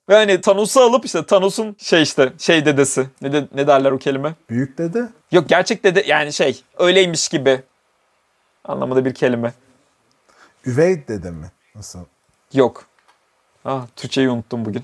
Ve hani Thanos'u alıp işte Thanos'un şey dedesi. Ne derler o kelime? Büyük dede. Yok, gerçek dede yani öyleymiş gibi anlamında bir kelime. Üvey dede mi? Nasıl? Yok. Türkçeyi unuttum bugün.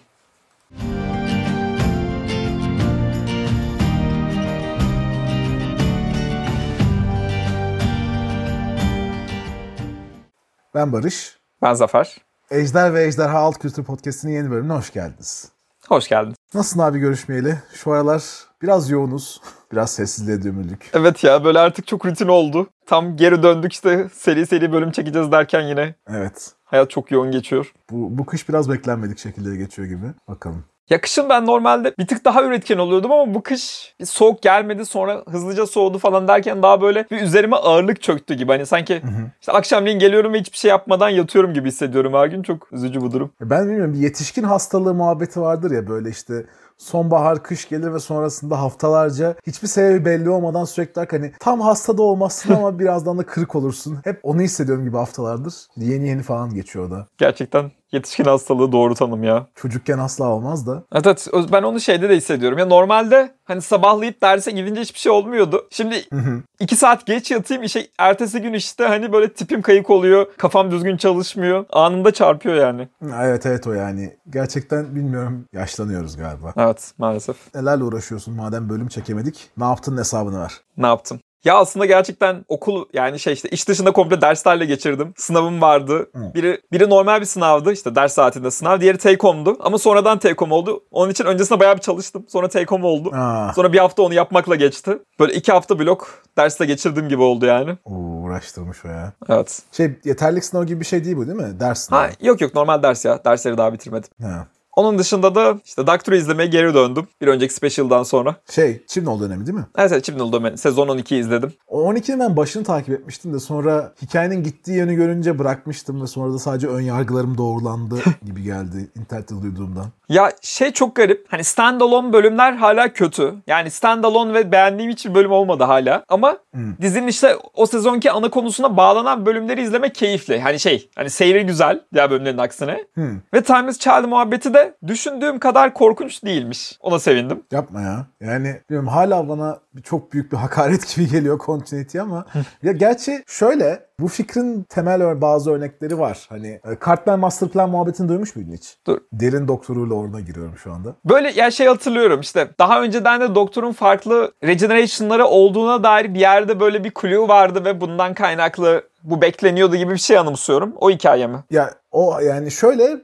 Ben Barış. Ben Zafer. Ejder ve Ejderha Alt Kültür Podcast'inin yeni bölümüne hoş geldiniz. Hoş geldin. Nasılsın abi görüşmeyeli? Şu aralar biraz yoğunuz. Biraz sessizliğe gömüldük. Evet ya, böyle artık çok rutin oldu. Tam geri döndük işte, seri bölüm çekeceğiz derken yine. Evet. Hayat çok yoğun geçiyor. Bu kış biraz beklenmedik şekilde geçiyor gibi. Bakalım. Ya kışın ben normalde bir tık daha üretken oluyordum ama bu kış bir soğuk gelmedi, sonra hızlıca soğudu falan derken daha böyle bir üzerime ağırlık çöktü gibi. Hani sanki işte akşamleyin geliyorum ve hiçbir şey yapmadan yatıyorum gibi hissediyorum her gün. Çok üzücü bu durum. Ben bilmiyorum, bir yetişkin hastalığı muhabbeti vardır ya, böyle işte sonbahar, kış gelir ve sonrasında haftalarca hiçbir sebebi belli olmadan sürekli hani tam hasta da olmazsın ama birazdan da kırık olursun. Hep onu hissediyorum gibi haftalardır. Yeni falan geçiyor o da. Gerçekten yetişkin hastalığı doğru tanım ya. Çocukken asla olmaz da. Evet, ben onu şeyde de hissediyorum. Ya normalde hani sabahlayıp derse gidince hiçbir şey olmuyordu. Şimdi 2 saat geç yatayım, ertesi gün işte hani böyle tipim kayık oluyor. Kafam düzgün çalışmıyor. Anında çarpıyor yani. Evet o yani. Gerçekten bilmiyorum, yaşlanıyoruz galiba. Evet, maalesef. Nelerle uğraşıyorsun madem bölüm çekemedik? Ne yaptın, hesabını ver. Ne yaptım? Ya aslında gerçekten okul yani işte iş dışında komple derslerle geçirdim. Sınavım vardı. Biri normal bir sınavdı, işte ders saatinde sınav. Diğeri take-home'du ama sonradan take-home oldu. Onun için öncesinde bayağı bir çalıştım. Sonra take-home oldu. Sonra bir hafta onu yapmakla geçti. Böyle 2 hafta blok derste geçirdiğim gibi oldu yani. Uğraştırmış o ya. Evet. Yeterlilik sınavı gibi bir şey değil bu, değil mi? Ders sınavı. Yok normal ders ya. Dersleri daha bitirmedim. Ha. Onun dışında da işte Doctor'u izlemeye geri döndüm. Bir önceki special'dan sonra. Chibnall dönemi değil mi? Evet, Chibnall dönemi. Sezon 12'yi izledim. O 12'nin ben başını takip etmiştim de sonra hikayenin gittiği yönü görünce bırakmıştım ve sonra da sadece ön yargılarım doğrulandı gibi geldi internette duyduğumdan. Ya çok garip. Hani standalone bölümler hala kötü. Yani standalone ve beğendiğim hiçbir bölüm olmadı hala. Ama dizinin işte o sezonki ana konusuna bağlanan bölümleri izlemek keyifli. Hani seyri güzel diğer bölümlerin aksine. Ve Timeless Child muhabbeti de düşündüğüm kadar korkunç değilmiş. Ona sevindim. Yapma ya. Yani bilmiyorum, hala bana çok büyük bir hakaret gibi geliyor continuity ama ya gerçi şöyle, bu fikrin temel bazı örnekleri var. Hani Cartman Master Plan muhabbetini duymuş muydun hiç? Dur. Derin doktoruyla orada giriyorum şu anda. Böyle ya hatırlıyorum işte, daha önceden de doktorun farklı regeneration'ları olduğuna dair bir yerde böyle bir clue vardı ve bundan kaynaklı bu bekleniyordu gibi bir şey anımsıyorum. O hikaye mi? Ya o yani şöyle,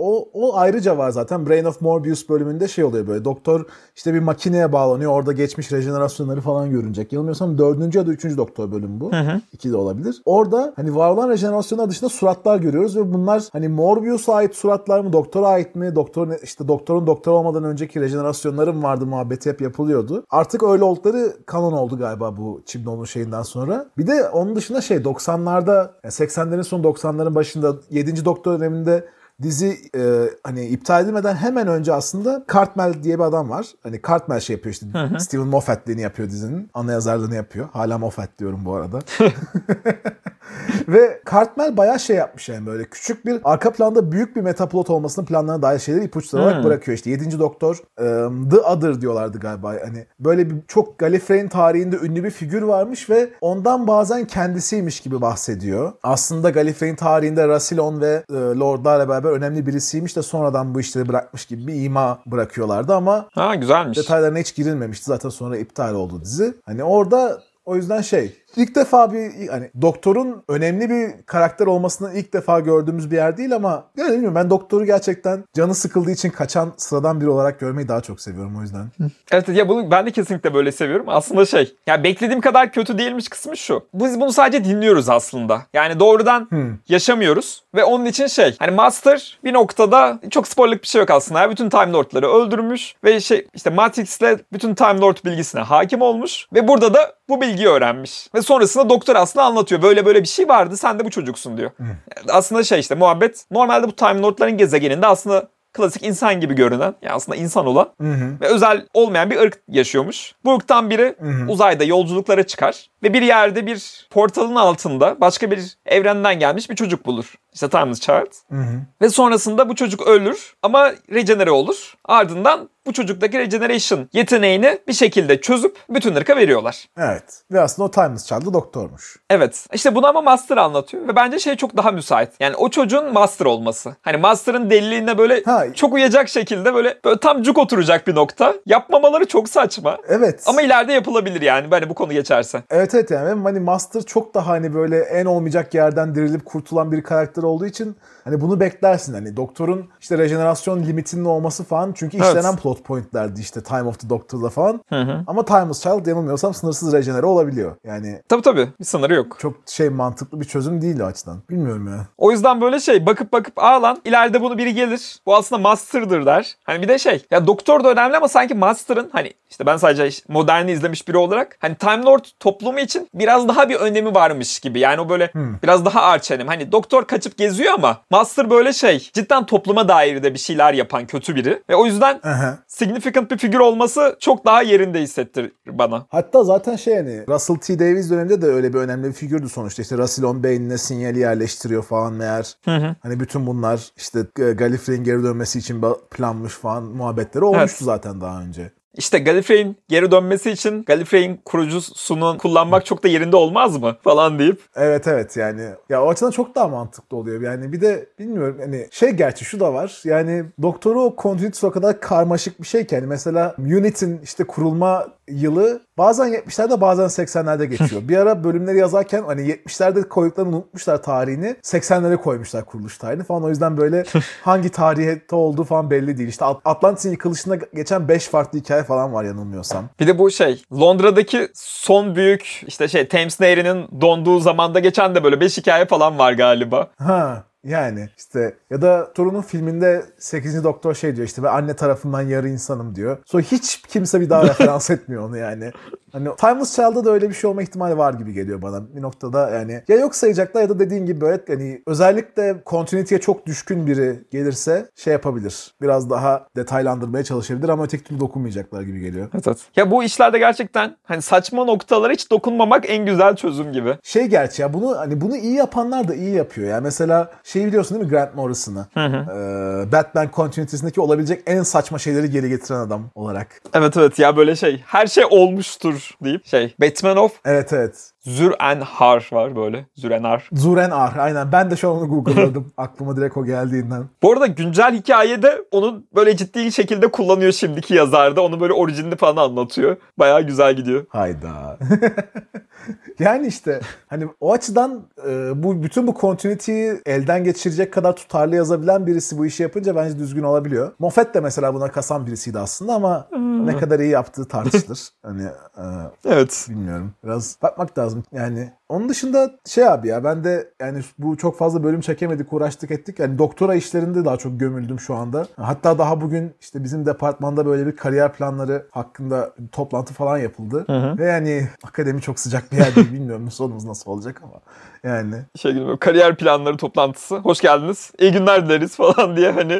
o ayrıca var zaten. Brain of Morbius bölümünde oluyor böyle. Doktor işte bir makineye bağlanıyor. Orada geçmiş rejenerasyonları falan görünecek. Yanılmıyorsam 4. ya da 3. doktor bölümü bu. 2 de olabilir. Orada hani var olan rejenerasyonlar dışında suratlar görüyoruz ve bunlar hani Morbius'a ait suratlar mı, doktora ait mi? Doktorun doktor olmadan önceki rejenerasyonları mı vardı muhabbeti hep yapılıyordu. Artık öyle oldukları kanon oldu galiba bu Chibnall'un şeyinden sonra. Bir de onun dışında 90'larda, 80'lerin sonu 90'ların başında 7. doktor döneminde dizi hani iptal edilmeden hemen önce aslında Cartmel diye bir adam var. Hani Cartmel yapıyor işte. Steven Moffat'liğini yapıyor dizinin. Ana yazarlığını yapıyor. Hala Moffat diyorum bu arada. Ve Cartmel bayağı yapmış yani, böyle küçük bir arka planda büyük bir metaplot olmasının planlarına dair şeyleri ipuçları olarak bırakıyor. İşte 7. Doktor The Other diyorlardı galiba. Hani böyle bir çok Gallifrey'in tarihinde ünlü bir figür varmış ve ondan bazen kendisiymiş gibi bahsediyor. Aslında Gallifrey'in tarihinde Rassilon ve Lord'larla beraber önemli birisiymiş de sonradan bu işleri bırakmış gibi bir ima bırakıyorlardı ama güzelmiş. Detaylarına hiç girilmemişti. Zaten sonra iptal oldu dizi. Hani orada o yüzden ilk defa bir hani doktorun önemli bir karakter olmasını ilk defa gördüğümüz bir yer değil ama yani bilmiyorum, ben doktoru gerçekten canı sıkıldığı için kaçan sıradan biri olarak görmeyi daha çok seviyorum o yüzden. Evet ya, bunu ben de kesinlikle böyle seviyorum. Aslında ya beklediğim kadar kötü değilmiş kısmı şu. Biz bunu sadece dinliyoruz aslında. Yani doğrudan yaşamıyoruz ve onun için hani Master bir noktada, çok spoilerlık bir şey yok aslında. Bütün Time Lord'ları öldürmüş ve işte Matrix'le bütün Time Lord bilgisine hakim olmuş ve burada da bu bilgiyi öğrenmiş. Ve sonrasında doktor aslında anlatıyor. Böyle bir şey vardı, sen de bu çocuksun diyor. Aslında işte muhabbet, normalde bu Time Lord'ların gezegeninde aslında klasik insan gibi görünen, yani aslında insan olan ve özel olmayan bir ırk yaşıyormuş. Bu ırktan biri uzayda yolculuklara çıkar ve bir yerde bir portalın altında başka bir evrenden gelmiş bir çocuk bulur. İşte Timeless Child. Ve sonrasında bu çocuk ölür ama rejenere olur. Ardından bu çocuktaki regeneration yeteneğini bir şekilde çözüp bütün ırka veriyorlar. Evet. Ve aslında o Timeless Child'da doktormuş. Evet. İşte bunu ama Master anlatıyor ve bence şey çok daha müsait. Yani o çocuğun Master olması. Hani Master'ın deliliğine böyle çok uyacak şekilde böyle tam cuk oturacak bir nokta. Yapmamaları çok saçma. Evet. Ama ileride yapılabilir yani hani bu konu geçerse. Evet yani hani Master çok daha hani böyle en olmayacak yerden dirilip kurtulan bir karakter olduğu için hani bunu beklersin. Hani doktorun işte rejenerasyon limitinin olması falan çünkü işlenen plot pointlerdi işte Time of the Doctor'da falan. Ama Timeless Child yanılmıyorsam sınırsız rejenere olabiliyor. Yani Tabii bir sınırı yok. Çok mantıklı bir çözüm değil o açıdan. Bilmiyorum ya. O yüzden böyle bakıp lan ileride bunu biri gelir. Bu aslında Master'dır der. Hani bir de ya doktor da önemli ama sanki Master'ın hani işte ben sadece moderni izlemiş biri olarak hani Time Lord toplumu için biraz daha bir önemi varmış gibi. Yani o böyle biraz daha arçenim. Hani doktor kaçıp geziyor ama Master böyle cidden topluma dair de bir şeyler yapan kötü biri. Ve o yüzden significant bir figür olması çok daha yerinde hissettir bana. Hatta zaten hani Russell T. Davies döneminde de öyle bir önemli bir figürdü sonuçta. İşte Rassilon beynine sinyali yerleştiriyor falan meğer. Hani bütün bunlar işte Gallifrey'in geri dönmesi için planmış falan muhabbetleri olmuştu zaten daha önce. İşte Gallifrey'in geri dönmesi için Gallifrey'in kurucusunu kullanmak çok da yerinde olmaz mı falan deyip. Evet yani. Ya o açıdan çok daha mantıklı oluyor. Yani bir de bilmiyorum hani gerçi şu da var. Yani doktoru o kontinütüsü o kadar karmaşık bir şey ki. Yani mesela Unit'in işte kurulma yılı bazen 70'lerde bazen 80'lerde geçiyor. Bir ara bölümleri yazarken hani 70'lerde koyduklarını unutmuşlar tarihini. 80'lere koymuşlar kuruluş tarihini falan. O yüzden böyle hangi tarihte olduğu falan belli değil. İşte Atlantis'in yıkılışına geçen 5 farklı hikaye falan var yanılmıyorsam. Bir de bu Londra'daki son büyük işte Thames Nehri'nin donduğu zamanda geçen de böyle 5 hikaye falan var galiba. Yani işte ya da Torun'un filminde 8. Doktor diyor işte ben anne tarafından yarı insanım diyor. Sonra hiç kimse bir daha referans etmiyor onu yani. Hani Timeless Child'da da öyle bir şey olma ihtimali var gibi geliyor bana bir noktada yani. Ya yok sayacaklar ya da dediğin gibi böyle hani özellikle continuity'ye çok düşkün biri gelirse yapabilir. Biraz daha detaylandırmaya çalışabilir ama öteki türlü dokunmayacaklar gibi geliyor. Evet. Ya bu işlerde gerçekten hani saçma noktalara hiç dokunmamak en güzel çözüm gibi. Gerçi ya bunu iyi yapanlar da iyi yapıyor. Yani mesela biliyorsun değil mi Grant Morrison'ı? Batman Continuity'sindeki olabilecek en saçma şeyleri geri getiren adam olarak. Evet ya böyle her şey olmuştur deyip Batman of Evet. Zur-En-Har var böyle. Zur-En-Ar aynen. Ben de şu an onu Google'ladım. Aklıma direkt o geldiğinden. Bu arada güncel hikayede onu böyle ciddi şekilde kullanıyor şimdiki yazar da. Onu böyle orijinali falan anlatıyor. Bayağı güzel gidiyor. Hayda. Yani işte hani o açıdan bütün bu continuity'yi elden geçirecek kadar tutarlı yazabilen birisi bu işi yapınca bence düzgün olabiliyor. Moffat de mesela buna kasan birisiydi aslında ama ne kadar iyi yaptığı tartışılır. Hani evet. Bilmiyorum. Biraz bakmak lazım. Yani onun dışında abi ya ben de yani bu çok fazla bölüm çekemedik, uğraştık ettik. Yani doktora işlerinde daha çok gömüldüm şu anda. Hatta daha bugün işte bizim departmanda böyle bir kariyer planları hakkında toplantı falan yapıldı. Ve yani akademi çok sıcak bir yer değil. Bilmiyorum sonumuz nasıl olacak ama yani. Gibi kariyer planları toplantısı. Hoş geldiniz. İyi günler dileriz falan diye hani.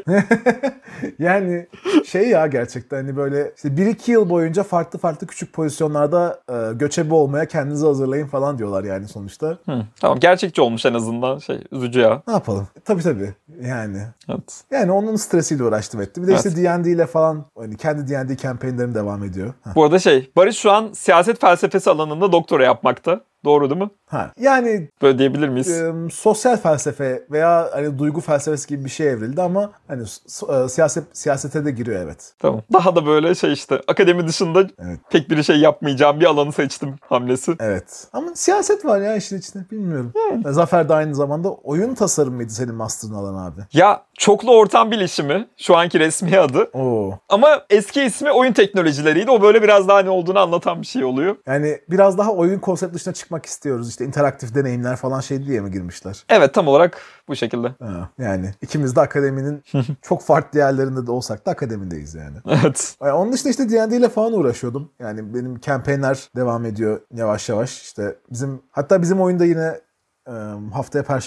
Yani ya gerçekten hani böyle işte 1-2 yıl boyunca farklı küçük pozisyonlarda göçebe olmaya kendinizi hazırlayın falan diyorlar yani sonuçta. Tamam gerçekçi olmuş en azından üzücü ya. Ne yapalım? Tabii yani. Evet. Yani onun stresiyle uğraştım etti. Bir de işte D&D ile falan hani kendi D&D campaign'lerim devam ediyor. Bu arada Barış şu an siyaset felsefesi alanında doktora yapmakta. Doğru değil mi? Yani böyle diyebilir miyiz? Sosyal felsefe veya hani duygu felsefesi gibi bir şey evrildi ama hani siyasete de giriyor evet. Tamam. Daha da böyle akademi dışında pek bir yapmayacağım bir alanı seçtim hamlesi. Evet. Ama siyaset var ya işin içinde bilmiyorum. Zafer de aynı zamanda oyun tasarımıydı senin master'ın alan abi. Ya çoklu ortam bilişimi şu anki resmi adı. Oo. Ama eski ismi oyun teknolojileriydi. O böyle biraz daha ne olduğunu anlatan bir şey oluyor. Yani biraz daha oyun konsept dışına çıkmak istiyoruz. İşte interaktif deneyimler falan diye mi girmişler? Evet tam olarak bu şekilde. Yani ikimiz de akademinin çok farklı yerlerinde de olsak da akademideyiz yani. Evet. Onun dışında işte D&D ile falan uğraşıyordum. Yani benim campaignler devam ediyor yavaş yavaş. İşte hatta bizim oyunda yine haftaya Perşembe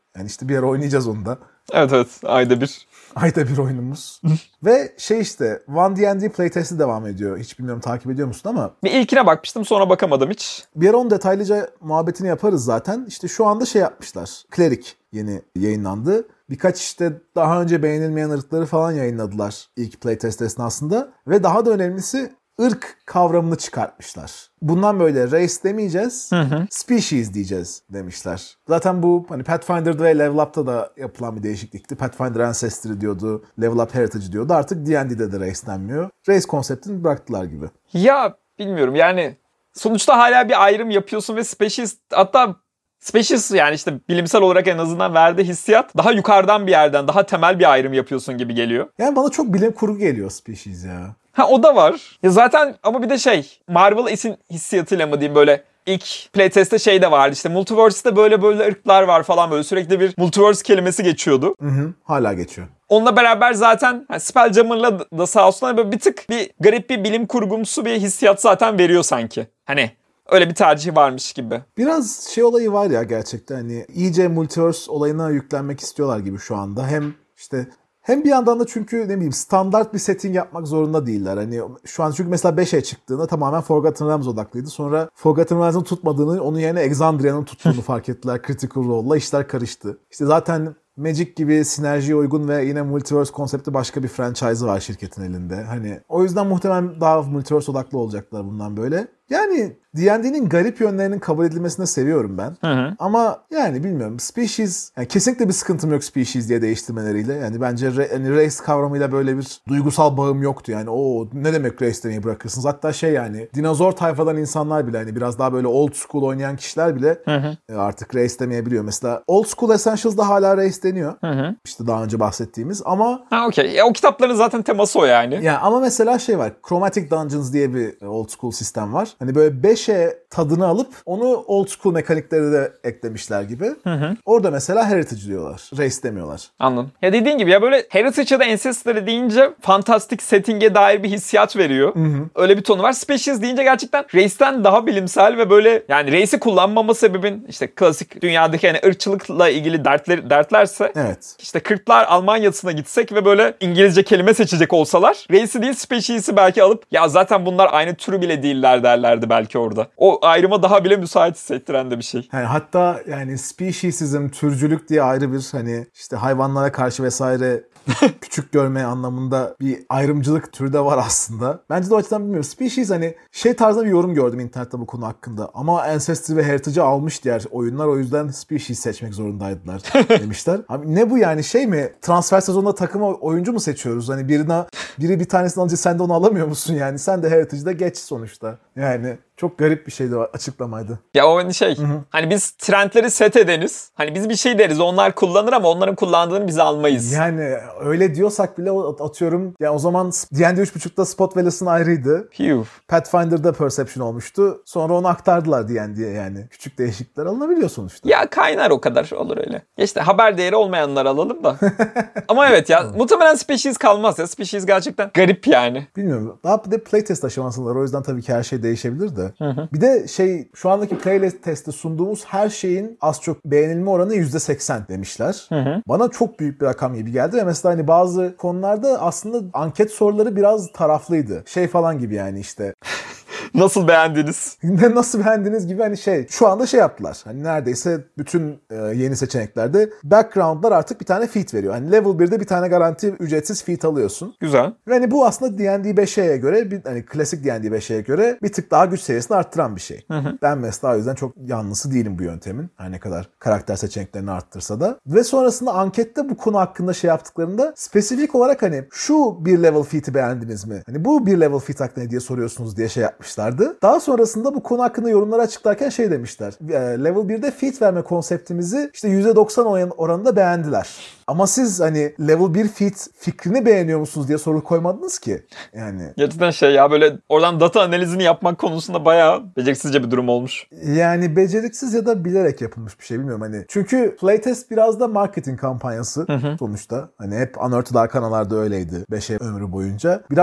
Yani işte bir ara oynayacağız onu da. Evet ayda bir. Ayda bir oyunumuz. Ve işte 1D&D playtest'i devam ediyor. Hiç bilmiyorum takip ediyor musun ama. Bir ilkine bakmıştım sonra bakamadım hiç. Bir ara onun detaylıca muhabbetini yaparız zaten. İşte şu anda yapmışlar. Cleric yeni yayınlandı. Birkaç işte daha önce beğenilmeyen ırkları falan yayınladılar ilk playtest esnasında. Ve daha da önemlisi ırk kavramını çıkartmışlar. Bundan böyle race demeyeceğiz, species diyeceğiz demişler. Zaten bu hani Pathfinder'da ve Level Up'ta da yapılan bir değişiklikti. Pathfinder Ancestry diyordu, Level Up Heritage diyordu. Artık D&D'de de race denmiyor. Race konseptini bıraktılar gibi. Ya bilmiyorum yani sonuçta hala bir ayrım yapıyorsun ve species, hatta species yani işte bilimsel olarak en azından verdiği hissiyat daha yukarıdan bir yerden, daha temel bir ayrım yapıyorsun gibi geliyor. Yani bana çok bilim kurgu geliyor species ya. O da var. Ya zaten ama bir de Marvel isim hissiyatıyla mı diyeyim, böyle ilk playtest'te de vardı işte Multiverse'de böyle ırklar var falan, böyle sürekli bir multiverse kelimesi geçiyordu. Hala geçiyor. Onunla beraber zaten Spelljammer'la da sağ olsunlar böyle bir tık bir garip bir bilim kurgumsu bir hissiyat zaten veriyor sanki. Hani öyle bir tercih varmış gibi. Biraz olayı var ya gerçekten, hani iyice multiverse olayına yüklenmek istiyorlar gibi şu anda. Hem bir yandan da çünkü ne bileyim standart bir setting yapmak zorunda değiller. Hani şu an çünkü mesela 5'e çıktığında tamamen Forgotten Realms odaklıydı. Sonra Forgotten Realms'ın tutmadığını, onun yerine Exandria'nın tuttuğunu fark ettiler. Critical Role'la işler karıştı. İşte zaten Magic gibi sinerjiye uygun ve yine multiverse konsepti başka bir franchise'ı var şirketin elinde. Hani o yüzden muhtemelen daha multiverse odaklı olacaklar bundan böyle. Yani D&D'nin garip yönlerinin kabul edilmesini seviyorum ben. Ama yani bilmiyorum. Species, yani kesinlikle bir sıkıntım yok Species diye değiştirmeleriyle. Yani bence race kavramıyla böyle bir duygusal bağım yoktu. Yani o ne demek race demeyi bırakırsınız. Hatta yani dinozor tayfadan insanlar bile, hani biraz daha böyle old school oynayan kişiler bile artık race demeyebiliyor. Mesela old school Essentials'da hala race deniyor. İşte daha önce bahsettiğimiz ama. Okey. O kitapların zaten teması o yani. Yani ama mesela var. Chromatic Dungeons diye bir old school sistem var. Hani böyle 5'e tadını alıp onu old school mekanikleri de eklemişler gibi. Orada mesela heritage diyorlar. Race demiyorlar. Anladım. Ya dediğin gibi ya böyle heritage ya da ancestry deyince fantastik setting'e dair bir hissiyat veriyor. Öyle bir tonu var. Species deyince gerçekten race'ten daha bilimsel ve böyle yani race'i kullanmama sebebin işte klasik dünyadaki hani ırkçılıkla ilgili dertlerse işte Kırklar Almanya'sına gitsek ve böyle İngilizce kelime seçecek olsalar race'i değil species'i belki alıp ya zaten bunlar aynı türü bile değiller derlerdi belki orada. O ayrıma daha bile müsait hissettiren de bir şey. Yani hatta yani speciesizm, türcülük diye ayrı bir hani işte hayvanlara karşı vesaire küçük görme anlamında bir ayrımcılık türü de var aslında. Bence de o açıdan bilmiyorum. Species hani tarzda bir yorum gördüm internette bu konu hakkında. Ama Ancestry ve Heritage'ı almış diğer oyunlar, o yüzden Species seçmek zorundaydılar demişler. Abi ne bu yani mi? Transfer sezonunda takıma oyuncu mu seçiyoruz? Hani biri bir tanesini alınca sen de onu alamıyor musun yani? Sen de Heritage'da geç sonuçta. Yani çok garip bir şeydi, açıklamaydı. Ya o hani biz trendleri set edeniz. Hani biz bir şey deriz, onlar kullanır ama onların kullandığını biz almayız. Yani öyle diyorsak bile atıyorum ya o zaman D&D 3.5'da Spot Value'sun ayrıydı. Pathfinder'da Perception olmuştu. Sonra onu aktardılar D&D'ye yani. Küçük değişiklikler alınabiliyor sonuçta. Ya kaynar o kadar olur öyle. Ya işte haber değeri olmayanları alalım da. Ama evet ya muhtemelen Species kalmaz ya. Species gerçekten garip yani. Bilmiyorum. Daha bir de playtest aşamasındalar. O yüzden tabii ki her şey değişebilir de. Bir de şu andaki playtest'te sunduğumuz her şeyin az çok beğenilme oranı %80 demişler. Bana çok büyük bir rakam gibi geldi ve mesela hani bazı konularda aslında anket soruları biraz taraflıydı. Falan gibi yani işte. Nasıl beğendiniz? Nasıl beğendiniz gibi hani şu anda yaptılar. Hani neredeyse bütün yeni seçeneklerde background'lar artık bir tane feat veriyor. Hani level 1'de bir tane garanti ücretsiz feat alıyorsun. Güzel. Ve hani bu aslında D&D 5'e göre hani klasik D&D 5'e göre bir tık daha güç seviyesini arttıran bir şey. Ben mesela o yüzden çok yanlısı değilim bu yöntemin. Her ne kadar karakter seçeneklerini arttırsa da. Ve sonrasında ankette bu konu hakkında yaptıklarında spesifik olarak hani şu bir level feat'i beğendiniz mi? Hani bu bir level feat hakkında ne diye soruyorsunuz diye yapmışlardı. Daha sonrasında bu konu hakkında yorumları açıklarken demişler. Level 1'de feat verme konseptimizi işte %90 oranında beğendiler. Ama siz hani level 1 feat fikrini beğeniyor musunuz diye soru koymadınız ki. Yani. Gerçekten ya böyle oradan data analizini yapmak konusunda bayağı beceriksizce bir durum olmuş. Yani beceriksiz ya da bilerek yapılmış bir şey, bilmiyorum hani. Çünkü playtest biraz da marketing kampanyası sonuçta. Hani hep Unearthed Arcana'larda öyleydi 5 ömrü boyunca. Biraz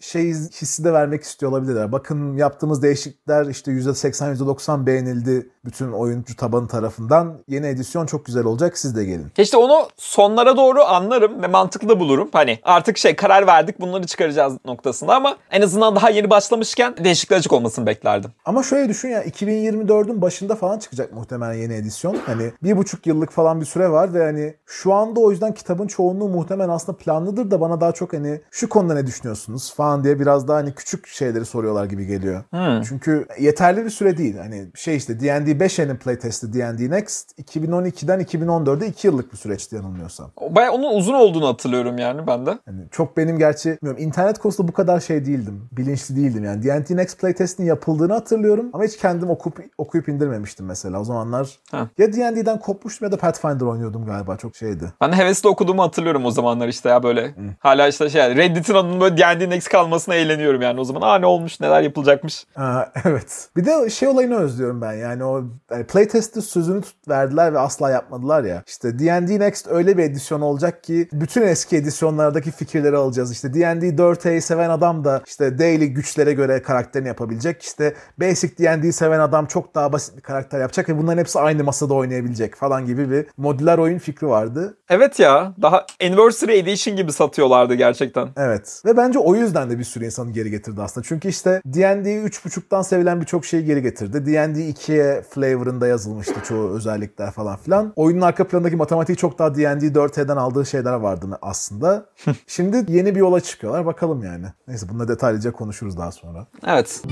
hissi de vermek istiyor olabilirler. Bakın yaptığımız değişiklikler işte %80 %90 beğenildi bütün oyuncu tabanı tarafından. Yeni edisyon çok güzel olacak, siz de gelin. İşte onu sonlara doğru anlarım ve mantıklı da bulurum. Hani artık karar verdik, bunları çıkaracağız noktasında, ama en azından daha yeni başlamışken değişiklikler açık olmasını beklerdim. Ama şöyle düşün ya, 2024'ün başında falan çıkacak muhtemelen yeni edisyon. Hani 1,5 yıllık falan bir süre var ve hani şu anda o yüzden kitabın çoğunluğu muhtemelen aslında planlıdır da bana daha çok hani şu konuda ne düşünüyorsunuz falan diye biraz daha hani küçük şeyleri soruyorlar gibi geliyor. Çünkü yeterli bir süre değil. Hani işte D&D 5'in playtest'i D&D Next 2012'den 2014'e 2 yıllık bir süreçti yanılmıyorsam. Bayağı onun uzun olduğunu hatırlıyorum yani ben de. Yani çok benim gerçi bilmiyorum, internet konusunda bu kadar değildim. Bilinçli değildim yani. D&D Next playtest'in yapıldığını hatırlıyorum ama hiç kendim okuyup indirmemiştim mesela. O zamanlar ya D&D'den kopmuştum ya da Pathfinder oynuyordum galiba. Çok şeydi. Ben de hevesle okuduğumu hatırlıyorum o zamanlar işte ya böyle. Hala işte Reddit'in adının böyle D&D Next kalmasına eğleniyorum yani o zaman. Ne olmuş, neler yapılacakmış. Evet. Bir de olayını özlüyorum ben. Yani o playtest'te sözünü verdiler ve asla yapmadılar ya. İşte D&D Next öyle bir edisyon olacak ki bütün eski edisyonlardaki fikirleri alacağız. İşte D&D 4E'yi seven adam da işte daily güçlere göre karakterini yapabilecek. İşte basic D&D seven adam çok daha basit bir karakter yapacak ve bunların hepsi aynı masada oynayabilecek falan gibi bir modüler oyun fikri vardı. Evet ya. Daha Anniversary Edition gibi satıyorlardı gerçekten. Evet. Ve bence o yüzden de bir sürü insanı geri getirdi aslında. Çünkü işte D&D 3.5'tan sevilen birçok şeyi geri getirdi. D&D 2'ye flavor'ında yazılmıştı çoğu özellikler falan filan. Oyunun arka planındaki matematiği çok daha D&D 4'den aldığı şeyler vardı aslında. Şimdi yeni bir yola çıkıyorlar. Bakalım yani. Neyse, bununla detaylıca konuşuruz daha sonra. Evet.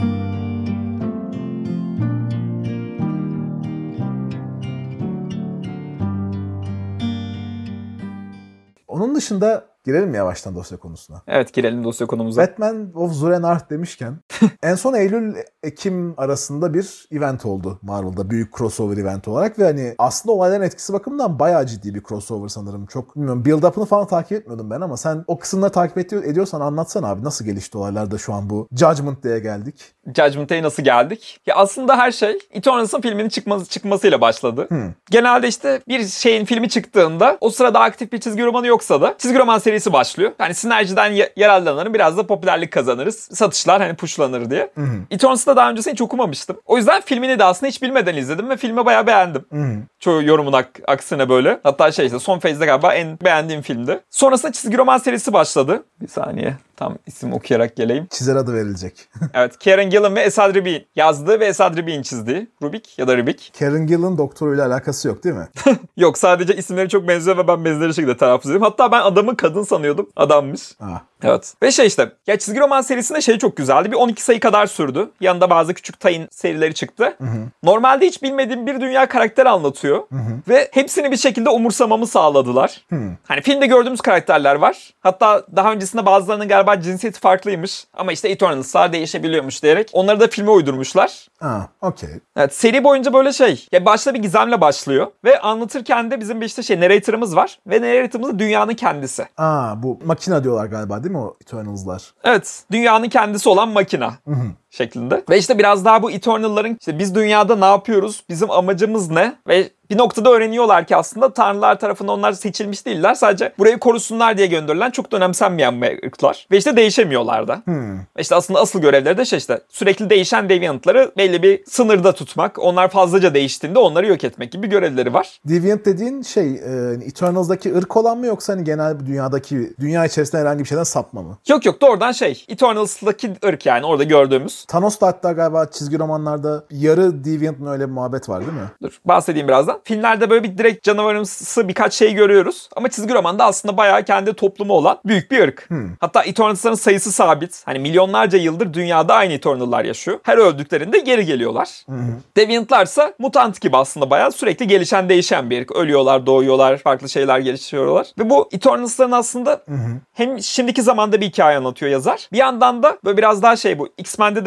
Onun dışında girelim yavaştan dosya konusuna. Evet, girelim dosya konumuza. Batman of Zurenart demişken en son Eylül-Ekim arasında bir event oldu Marvel'da. Büyük crossover event olarak ve hani aslında olayların etkisi bakımından bayağı ciddi bir crossover sanırım. Çok bilmiyorum, build-up'ını falan takip etmiyordum ben ama sen o kısımları takip ediyorsan anlatsana abi. Nasıl gelişti olaylar da şu an bu Judgment Day'e geldik? Judgment Day'e nasıl geldik? Ya aslında her şey Eternals'ın filminin çıkmasıyla başladı. Genelde işte bir şeyin filmi çıktığında o sırada aktif bir çizgi romanı yoksa da çizgi roman serisi başlıyor. Yani sinerjiden yararlanırım, biraz da popülerlik kazanırız. Satışlar hani pushlanır diye. Eternals'ı da daha öncesini hiç okumamıştım. O yüzden filmini de aslında hiç bilmeden izledim ve filmi bayağı beğendim. Çoğu yorumun aksine böyle. Hatta işte son phase'de galiba en beğendiğim filmdi. Sonrasında çizgi roman serisi başladı. Bir saniye. Tam isim okuyarak geleyim. Çizer adı verilecek. Evet. Kieran Gillen ve Esad Ribi'nin yazdığı ve Esad Ribi'nin çizdiği. Rubik. Kieran Gillen doktoruyla alakası yok değil mi? Yok, sadece isimleri çok benziyor ve ben benzeri şekilde telaffuz ediyorum. Hatta ben adamı kadın sanıyordum. Adammış. Evet. Ve işte ya çizgi roman serisinde çok güzeldi. Bir 12 sayı kadar sürdü. Yanında bazı küçük tie-in serileri çıktı. Normalde hiç bilmediğim bir dünya karakter anlatıyor. Ve hepsini bir şekilde umursamamı sağladılar. Hani filmde gördüğümüz karakterler var. Hatta daha öncesinde bazılarının galiba cinsiyeti farklıymış. Ama işte Eternals'lar değişebiliyormuş diyerek onları da filme uydurmuşlar. Okey. Evet, seri boyunca böyle ya başta bir gizemle başlıyor. Ve anlatırken de bizim bir işte narrator'ımız var. Ve narrator'ımız dünyanın kendisi. Bu makina diyorlar galiba değil mi o Eternals'lar? Evet. Dünyanın kendisi olan makina. Şeklinde. Ve işte biraz daha bu Eternal'ların işte biz dünyada ne yapıyoruz? Bizim amacımız ne? Ve bir noktada öğreniyorlar ki aslında tanrılar tarafından onlar seçilmiş değiller. Sadece burayı korusunlar diye gönderilen, çok da önemsenmeyen ırklar. Ve işte değişemiyorlar da. Ve işte aslında asıl görevleri de işte sürekli değişen Deviant'ları belli bir sınırda tutmak. Onlar fazlaca değiştiğinde onları yok etmek gibi görevleri var. Deviant dediğin Eternals'daki ırk olan mı yoksa hani genel dünya içerisinde herhangi bir şeyden sapma mı? Yok doğrudan Eternals'daki ırk yani orada gördüğümüz. Thanos'ta hatta galiba çizgi romanlarda yarı Deviant'ın öyle bir muhabbet var değil mi? Dur bahsedeyim birazdan. Filmlerde böyle bir direkt canavarımsı birkaç şey görüyoruz. Ama çizgi romanda aslında bayağı kendi toplumu olan büyük bir ırk. Hatta Eternals'ların sayısı sabit. Hani milyonlarca yıldır dünyada aynı Eternal'lar yaşıyor. Her öldüklerinde geri geliyorlar. Deviant'larsa mutant gibi aslında bayağı sürekli gelişen değişen bir ırk. Ölüyorlar, doğuyorlar, farklı şeyler geliştiriyorlar. Ve bu Eternals'ların aslında hem şimdiki zamanda bir hikaye anlatıyor yazar. Bir yandan da böyle biraz daha bu X-Men'de de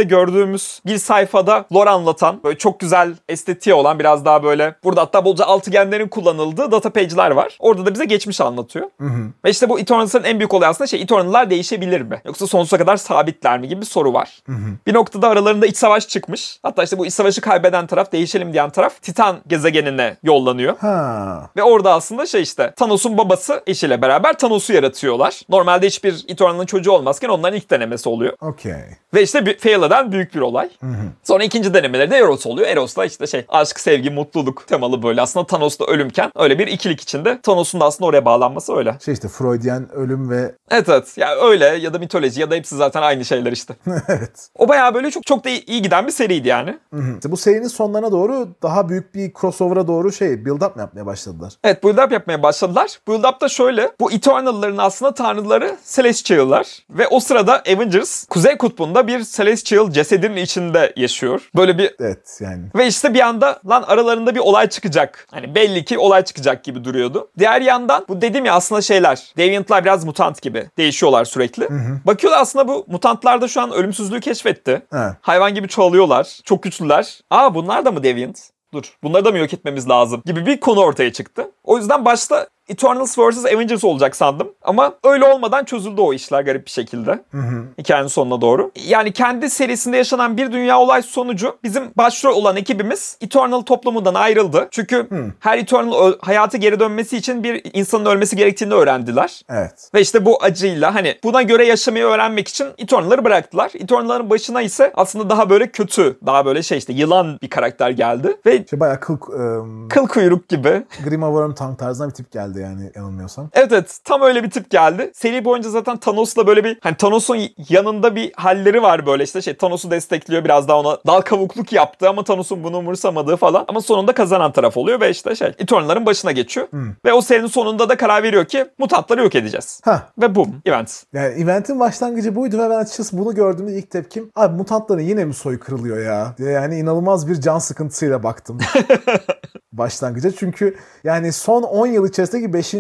filmlerde gördüğümüz bir sayfada lore anlatan, böyle çok güzel estetiği olan, biraz daha böyle burada hatta bolca altıgenlerin kullanıldığı data page'ler var. Orada da bize geçmiş anlatıyor. Ve işte bu Eternals'ın en büyük olayı aslında Eternal'lar değişebilir mi? Yoksa sonsuza kadar sabitler mi gibi bir soru var. Bir noktada aralarında iç savaş çıkmış. Hatta işte bu iç savaşı kaybeden taraf, değişelim diyen taraf Titan gezegenine yollanıyor. Ve orada aslında işte Thanos'un babası eşiyle beraber Thanos'u yaratıyorlar. Normalde hiçbir Eternal'ın çocuğu olmazken onların ilk denemesi oluyor. Ve işte fail eden büyük bir olay. Sonra ikinci denemeleri de Eros oluyor. Eros'la işte aşk, sevgi, mutluluk temalı böyle. Aslında Thanos'la ölümken öyle bir ikilik içinde. Thanos'un da aslında oraya bağlanması öyle. İşte Freudian ölüm ve... Evet. Ya öyle ya da mitoloji ya da hepsi zaten aynı şeyler işte. Evet. O bayağı böyle çok çok da iyi giden bir seriydi yani. İşte bu serinin sonlarına doğru daha büyük bir crossover'a doğru build-up mı yapmaya başladılar? Evet, build-up yapmaya başladılar. Build-up da şöyle. Bu Eternal'ların aslında tanrıları Celestial'lar. Ve o sırada Avengers Kuzey Kutbu'nda bir Celestial cesedinin içinde yaşıyor. Böyle bir... Evet yani. Ve işte bir anda lan aralarında bir olay çıkacak. Hani belli ki olay çıkacak gibi duruyordu. Diğer yandan bu dedim ya aslında Deviant'lar biraz mutant gibi. Değişiyorlar sürekli. Bakıyorlar aslında bu mutantlar da şu an ölümsüzlüğü keşfetti. Hayvan gibi çoğalıyorlar. Çok güçlüler. Bunlar da mı Deviant? Dur, bunları da mı yok etmemiz lazım gibi bir konu ortaya çıktı. O yüzden başta Eternals vs. Avengers olacak sandım. Ama öyle olmadan çözüldü o işler garip bir şekilde. Hikayenin sonuna doğru. Yani kendi serisinde yaşanan bir dünya olay sonucu bizim başrol olan ekibimiz Eternal toplumundan ayrıldı. Çünkü her Eternal hayata geri dönmesi için bir insanın ölmesi gerektiğini öğrendiler. Evet. Ve işte bu acıyla buna göre yaşamayı öğrenmek için Eternal'ları bıraktılar. Eternal'ların başına ise aslında daha böyle kötü, daha böyle yılan bir karakter geldi. Ve bayağı kıl kuyruk gibi. Grima Wormtongue tarzına bir tip geldi yani yanılmıyorsam. Evet, tam öyle bir tip geldi. Seri boyunca zaten Thanos'la böyle bir Thanos'un yanında bir halleri var böyle Thanos'u destekliyor, biraz daha ona dal kavukluk yaptı ama Thanos'un bunu umursamadığı falan. Ama sonunda kazanan taraf oluyor ve Eternal'ların başına geçiyor. Ve o serinin sonunda da karar veriyor ki mutantları yok edeceğiz. Ve boom, event. Yani eventin başlangıcı buydu ve ben açıkçası bunu gördüğümde ilk tepkim abi mutantların yine mi soyu kırılıyor ya? Yani inanılmaz bir can sıkıntısıyla baktım. Başlangıca. Çünkü yani son 10 yıl içerisindeki 5.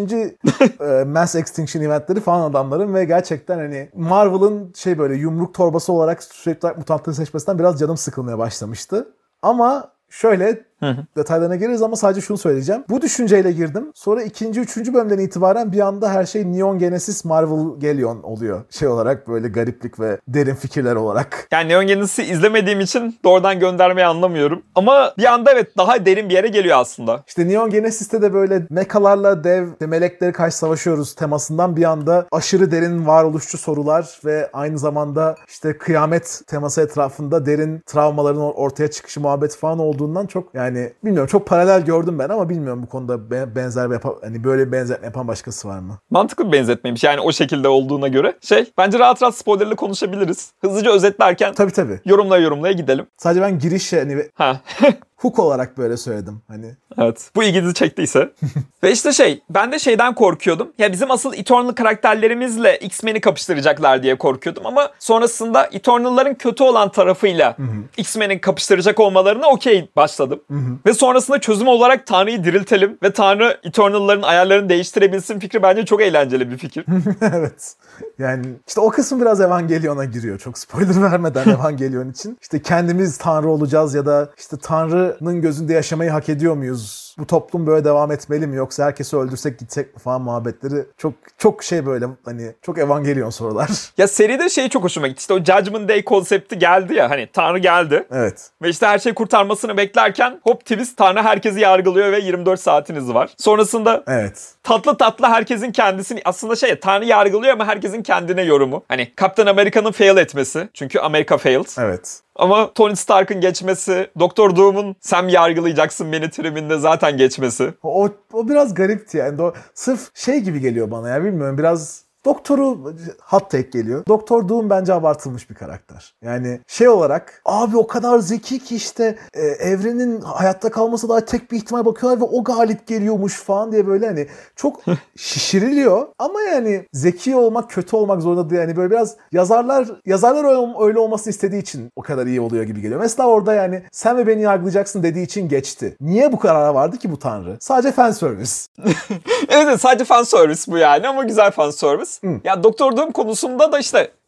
Mass Extinction eventleri falan adamların ve gerçekten Marvel'ın böyle yumruk torbası olarak sürekli mutantları seçmesinden biraz canım sıkılmaya başlamıştı. Ama şöyle detaylarına gireriz ama sadece şunu söyleyeceğim. Bu düşünceyle girdim. Sonra 2. 3. bölümden itibaren bir anda her şey Neon Genesis Marvel Gelion oluyor. Olarak böyle gariplik ve derin fikirler olarak. Yani Neon Genesis'i izlemediğim için doğrudan göndermeyi anlamıyorum. Ama bir anda evet daha derin bir yere geliyor aslında. İşte Neon Genesis'te de böyle mekalarla melekleri karşı savaşıyoruz temasından bir anda aşırı derin varoluşçu sorular ve aynı zamanda kıyamet teması etrafında derin travmaların ortaya çıkışı muhabbeti falan olduğundan çok bilmiyorum çok paralel gördüm ben ama bilmiyorum bu konuda benzer böyle bir benzetme yapan başkası var mı? Mantıklı bir benzetmeymiş o şekilde olduğuna göre. Bence rahat rahat spoilerlı konuşabiliriz. Hızlıca özetlerken tabii. yorumlaya gidelim. Sadece ben girişe hook olarak böyle söyledim. Evet. Bu ilginizi çektiyse. Ve ben de şeyden korkuyordum. Ya bizim asıl Eternal karakterlerimizle X-Men'i kapıştıracaklar diye korkuyordum ama sonrasında Eternal'ların kötü olan tarafıyla X-Men'i kapıştıracak olmalarına okey başladım. Ve sonrasında çözüm olarak Tanrı'yı diriltelim ve Tanrı Eternal'ların ayarlarını değiştirebilsin fikri bence çok eğlenceli bir fikir. Evet. Yani o kısım biraz Evangelion'a giriyor. Çok spoiler vermeden Evangelion için. Kendimiz Tanrı olacağız ya da Tanrı'nın gözünde yaşamayı hak ediyor muyuz? Bu toplum böyle devam etmeli mi yoksa herkesi öldürsek gitsek mi falan muhabbetleri çok böyle çok Evangelion sorular. Ya seride çok hoşuma gitti. O Judgment Day konsepti geldi ya Tanrı geldi. Evet. Ve her şeyi kurtarmasını beklerken hop twist Tanrı herkesi yargılıyor ve 24 saatiniz var. Sonrasında evet. Tatlı herkesin kendisini aslında Tanrı yargılıyor ama herkesin kendine yorumu. Kaptan Amerika'nın fail etmesi. Çünkü Amerika failed. Evet. Ama Tony Stark'ın geçmesi, Doktor Doom'un sen yargılayacaksın beni triminde zaten geçmesi. O biraz garipti yani. Sırf gibi geliyor bana ya bilmiyorum biraz Doktor'u hot take geliyor. Doktor Doom bence abartılmış bir karakter. Yani olarak abi o kadar zeki ki evrenin hayatta kalması daha tek bir ihtimal bakıyorlar ve o galip geliyormuş falan diye böyle çok şişiriliyor. Ama zeki olmak kötü olmak zorunda değil. Böyle biraz yazarlar öyle olmasını istediği için o kadar iyi oluyor gibi geliyor. Mesela orada sen ve beni yargılayacaksın dediği için geçti. Niye bu karara vardı ki bu Tanrı? Sadece fan service. Evet sadece fan service bu ama güzel fan service. Ya Doktor Doom konusunda da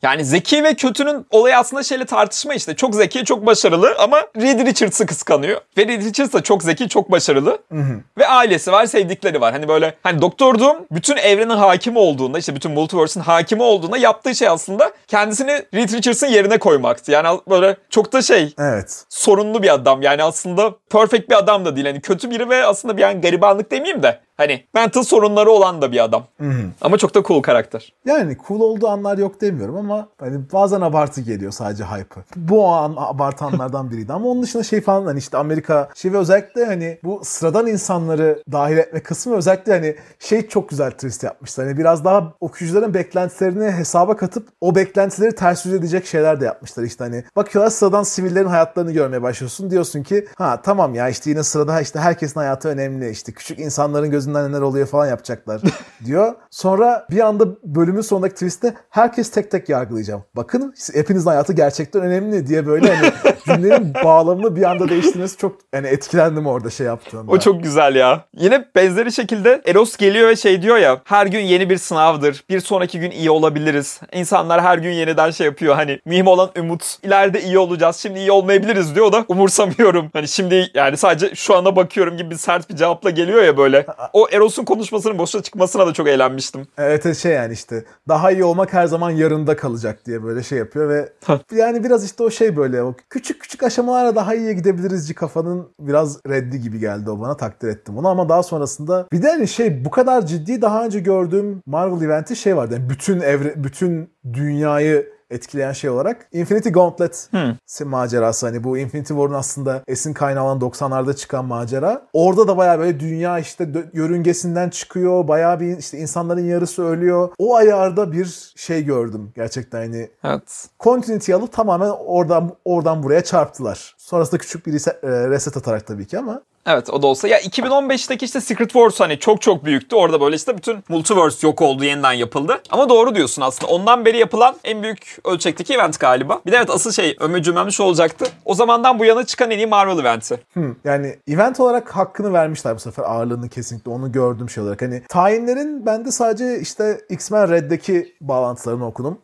Yani zeki ve kötünün olayı aslında şeyle tartışma işte. Çok zeki, çok başarılı ama Reed Richards'ı kıskanıyor. Ve Reed Richards da çok zeki, çok başarılı. Ve ailesi var, sevdikleri var. Hani böyle hani Doktor Doom bütün evrenin hakimi olduğunda, işte bütün multiverse'ın hakimi olduğunda yaptığı şey aslında kendisini Reed Richards'ın yerine koymaktı. Yani böyle çok da sorunlu bir adam. Yani aslında perfect bir adam da değil. Hani kötü biri ve aslında bir yani garibanlık demeyeyim de hani mental sorunları olan da bir adam. Ama çok da cool karakter. Yani cool olduğu anlar yok demiyorum ama hani bazen abartı geliyor sadece hype'ı. Bu an abartanlardan biriydi ama onun dışında şey falan hani işte Amerika ve özellikle hani bu sıradan insanları dahil etme kısmı özellikle hani çok güzel twist yapmışlar. Hani biraz daha okuyucuların beklentilerini hesaba katıp o beklentileri ters yüz edecek şeyler de yapmışlar. İşte hani bakıyorlar sıradan sivillerin hayatlarını görmeye başlıyorsun. Diyorsun ki tamam ya işte yine sırada işte herkesin hayatı önemli. İşte küçük insanların gözünden neler oluyor falan yapacaklar diyor. Sonra bir anda bölümün sonundaki twist'te herkes tek tek yargılayacağım. Bakın hepinizin hayatı gerçekten önemli diye böyle hani cümlenin bağlamını bir anda değiştirmesi çok hani etkilendim orada yaptığımda. O çok güzel ya. Yine benzeri şekilde Eros geliyor ve diyor ya her gün yeni bir sınavdır. Bir sonraki gün iyi olabiliriz. İnsanlar her gün yeniden yapıyor. Hani mühim olan umut. İleride iyi olacağız. Şimdi iyi olmayabiliriz diyor. O da umursamıyorum. Hani şimdi yani sadece şu ana bakıyorum gibi bir sert bir cevapla geliyor ya böyle. O Eros'un konuşmasının boşa çıkmasına da çok eğlenmiştim. Evet yani işte daha iyi olmak her zaman yarında kalacak diye böyle yapıyor ve yani biraz işte o böyle o küçük küçük aşamalarla daha iyiye gidebilirizci kafanın biraz reddi gibi geldi o bana, takdir ettim onu ama daha sonrasında bir de hani bu kadar ciddi daha önce gördüğüm Marvel eventi vardı. Yani bütün dünyayı etkileyen olarak Infinity Gauntlet macerası. Hani bu Infinity War'un aslında esin kaynağı olan 90'larda çıkan macera. Orada da bayağı böyle dünya yörüngesinden çıkıyor. Bayağı bir işte insanların yarısı ölüyor. O ayarda bir gördüm. Gerçekten hani continuity alıp tamamen oradan buraya çarptılar. Sonrasında küçük bir reset atarak tabii ki ama. Evet o da olsa. Ya 2015'teki Secret Wars hani çok büyüktü. Orada böyle bütün multiverse yok oldu, yeniden yapıldı. Ama doğru diyorsun aslında. Ondan beri yapılan en büyük ölçekteki event galiba. Bir de asıl övme cümlem olacaktı. O zamandan bu yana çıkan en iyi Marvel eventi. Yani event olarak hakkını vermişler bu sefer, ağırlığını kesinlikle onu gördüm olarak. Hani tayinlerin bende sadece X-Men Red'deki bağlantılarını okudum.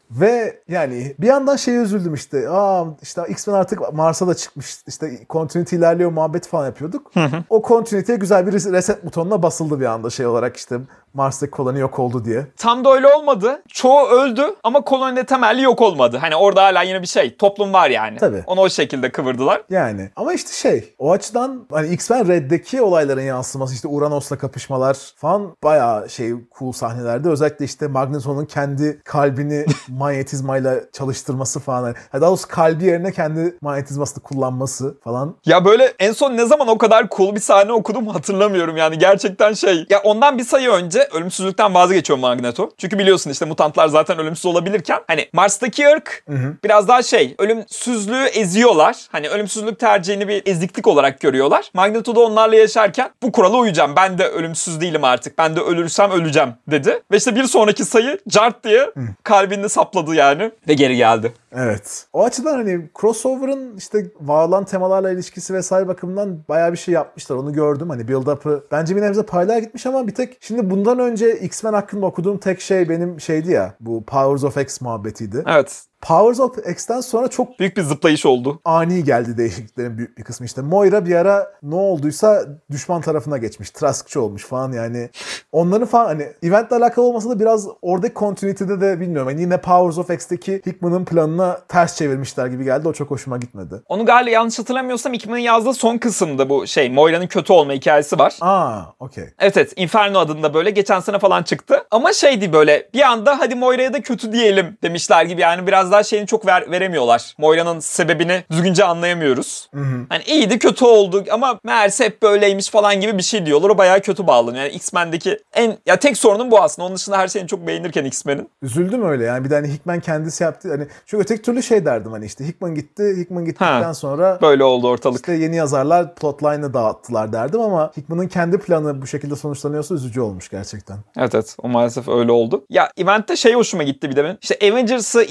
Ve yani bir yandan üzüldüm işte X-Men artık Mars'a da çıkmış, işte continuity ilerliyor muhabbet falan yapıyorduk. O continuity'ye güzel bir reset butonuna basıldı bir anda olarak Mars'taki koloni yok oldu diye. Tam da öyle olmadı. Çoğu öldü ama kolonide temelli yok olmadı. Hani orada hala yine bir toplum var yani. Tabii. Onu o şekilde kıvırdılar. Yani ama o açıdan hani X-Men Red'deki olayların yansıması, Uranos'la kapışmalar falan bayağı cool sahnelerde. Özellikle Magneto'nun kendi kalbini manyetizmayla çalıştırması falan. Yani daha doğrusu kalbi yerine kendi manyetizmasını kullanması falan. Ya böyle en son ne zaman o kadar cool bir sahne okudum hatırlamıyorum yani gerçekten Ya ondan bir sayı önce ölümsüzlükten vazgeçiyor Magneto. Çünkü biliyorsun mutantlar zaten ölümsüz olabilirken hani Mars'taki ırk biraz daha ölümsüzlüğü eziyorlar. Hani ölümsüzlük tercihini bir eziklik olarak görüyorlar. Magneto da onlarla yaşarken bu kurala uyacağım. Ben de ölümsüz değilim artık. Ben de ölürsem öleceğim dedi. Ve bir sonraki sayı cart diye kalbini sapladı yani ve geri geldi. Evet. O açıdan hani crossover'ın bağlanan temalarla ilişkisi vesaire bakımından bayağı bir yapmışlar. Onu gördüm. Hani build-up'ı bence bir nebze paralel gitmiş ama bir tek şimdi bundan önce X-Men hakkında okuduğum tek benim ya, bu Powers of X muhabbetiydi. Evet. Powers of X'ten sonra çok büyük bir zıplayış oldu. Ani geldi değişikliklerin büyük bir kısmı. Moira bir ara ne olduysa düşman tarafına geçmiş. Traskçı olmuş falan yani. Onların falan hani eventle alakalı olmasa da biraz oradaki continuity'de de bilmiyorum. Yani yine Powers of X'teki Hickman'ın planına ters çevirmişler gibi geldi. O çok hoşuma gitmedi. Onu galiba yanlış hatırlamıyorsam Hickman'ın yazdığı son kısımda bu Moira'nın kötü olma hikayesi var. Okey. Evet Inferno adında böyle geçen sene falan çıktı. Ama böyle bir anda hadi Moira'ya da kötü diyelim demişler gibi yani biraz daha çok veremiyorlar. Moira'nın sebebini düzgünce anlayamıyoruz. Hani iyiydi kötü oldu ama meğerse hep böyleymiş falan gibi bir şey diyorlar. O bayağı kötü bağlanıyor. Yani X-Men'deki tek sorunum bu aslında. Onun dışında her şeyini çok beğenirken X-Men'in. Üzüldüm öyle yani. Bir de hani Hickman kendisi yaptı. Hani çünkü öteki türlü derdim hani Hickman gitti. Hickman gittikten sonra böyle oldu ortalık. Yeni yazarlar plotline'ı dağıttılar derdim ama Hickman'ın kendi planı bu şekilde sonuçlanıyorsa üzücü olmuş gerçekten. Evet o maalesef öyle oldu. Ya event'te hoşuma gitti bir de benim. Avengers'ı, Eternals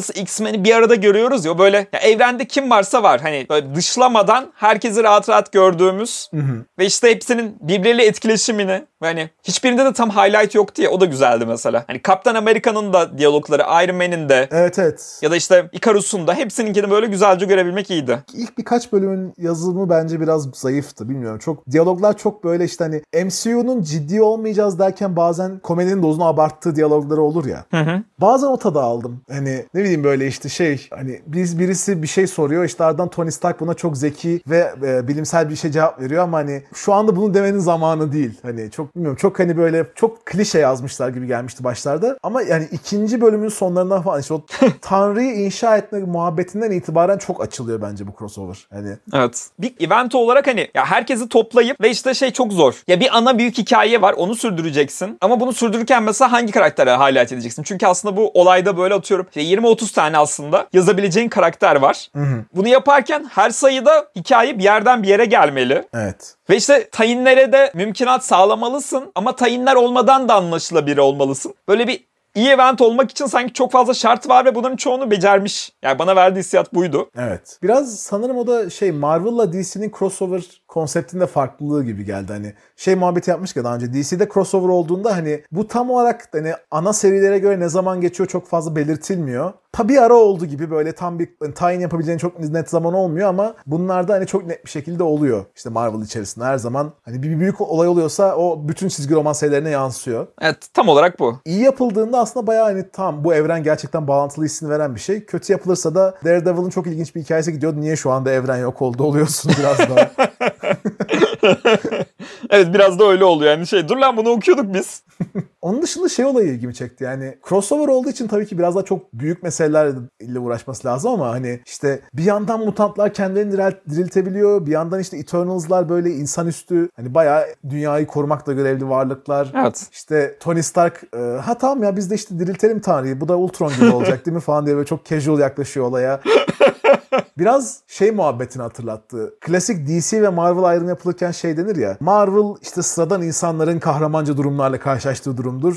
nasıl X-Men'i bir arada görüyoruz ya, böyle ya evrende kim varsa var. Hani böyle dışlamadan herkesi rahat rahat gördüğümüz ve işte hepsinin birbirleriyle etkileşimini, yani hiçbirinde de tam highlight yoktu ya, o da güzeldi mesela. Hani Kaptan Amerika'nın da diyalogları, Iron Man'in de. Evet. Ya da işte Icarus'un da, hepsininkini böyle güzelce görebilmek iyiydi. İlk birkaç bölümün yazımı bence biraz zayıftı, bilmiyorum. Çok diyaloglar çok böyle işte hani MCU'nun ciddi olmayacağız derken bazen komedinin dozunu abarttığı diyalogları olur ya. Bazen o tadı aldım. Hani ne bileyim böyle işte hani birisi bir şey soruyor, işte ardından Tony Stark buna çok zeki ve bilimsel bir şey cevap veriyor ama hani şu anda bunu demenin zamanı değil. Hani çok bilmiyorum, çok hani böyle çok klişe yazmışlar gibi gelmişti başlarda. Ama yani ikinci bölümün sonlarından falan işte o Tanrı'yı inşa etme muhabbetinden itibaren çok açılıyor bence bu crossover. Hani evet. Bir event olarak hani ya herkesi toplayıp ve işte çok zor. Ya bir ana büyük hikaye var, onu sürdüreceksin. Ama bunu sürdürürken mesela hangi karaktere highlight edeceksin? Çünkü aslında bu olayda böyle atıyorum işte 20-30 tane aslında yazabileceğin karakter var. Bunu yaparken her sayıda hikaye bir yerden bir yere gelmeli. Evet. Ve işte tayinlere de mümkünat sağlamalısın ama tayinler olmadan da anlaşılabilir olmalısın. Böyle bir iyi event olmak için sanki çok fazla şart var ve bunların çoğunu becermiş. Yani bana verdiği hissiyat buydu. Evet. Biraz sanırım o da Marvel'la DC'nin crossover konseptinde farklılığı gibi geldi. Hani muhabbeti yapmış ki daha önce DC'de crossover olduğunda hani bu tam olarak hani ana serilere göre ne zaman geçiyor çok fazla belirtilmiyor. Tabii ara oldu gibi böyle tam bir tie-in yapabileceğin çok net zaman olmuyor ama bunlarda hani çok net bir şekilde oluyor. İşte Marvel içerisinde her zaman hani bir büyük olay oluyorsa o bütün çizgi roman serilerine yansıyor. Evet, tam olarak bu. İyi yapıldığında aslında bayağı hani tamam, bu evren gerçekten bağlantılı hissini veren bir şey. Kötü yapılırsa da Daredevil'ın çok ilginç bir hikayesi gidiyor. Niye şu anda evren yok oldu oluyorsun biraz daha. Evet, biraz da öyle oluyor. Yani dur lan, bunu okuyorduk biz. Onun dışında olayı ilgimi çekti. Yani crossover olduğu için tabii ki biraz daha çok büyük meselelerle uğraşması lazım ama hani işte bir yandan mutantlar kendilerini diriltebiliyor. Bir yandan işte Eternals'lar böyle insanüstü, hani bayağı dünyayı korumakla görevli varlıklar. Evet. İşte Tony Stark tamam ya biz de işte diriltelim Tanrı'yı. Bu da Ultron gibi olacak değil mi falan diye böyle çok casual yaklaşıyor olaya. Biraz muhabbetini hatırlattı. Klasik DC ve Marvel ayrımı yapılırken denir ya. Marvel işte sıradan insanların kahramanca durumlarla karşılaştığı durumdur.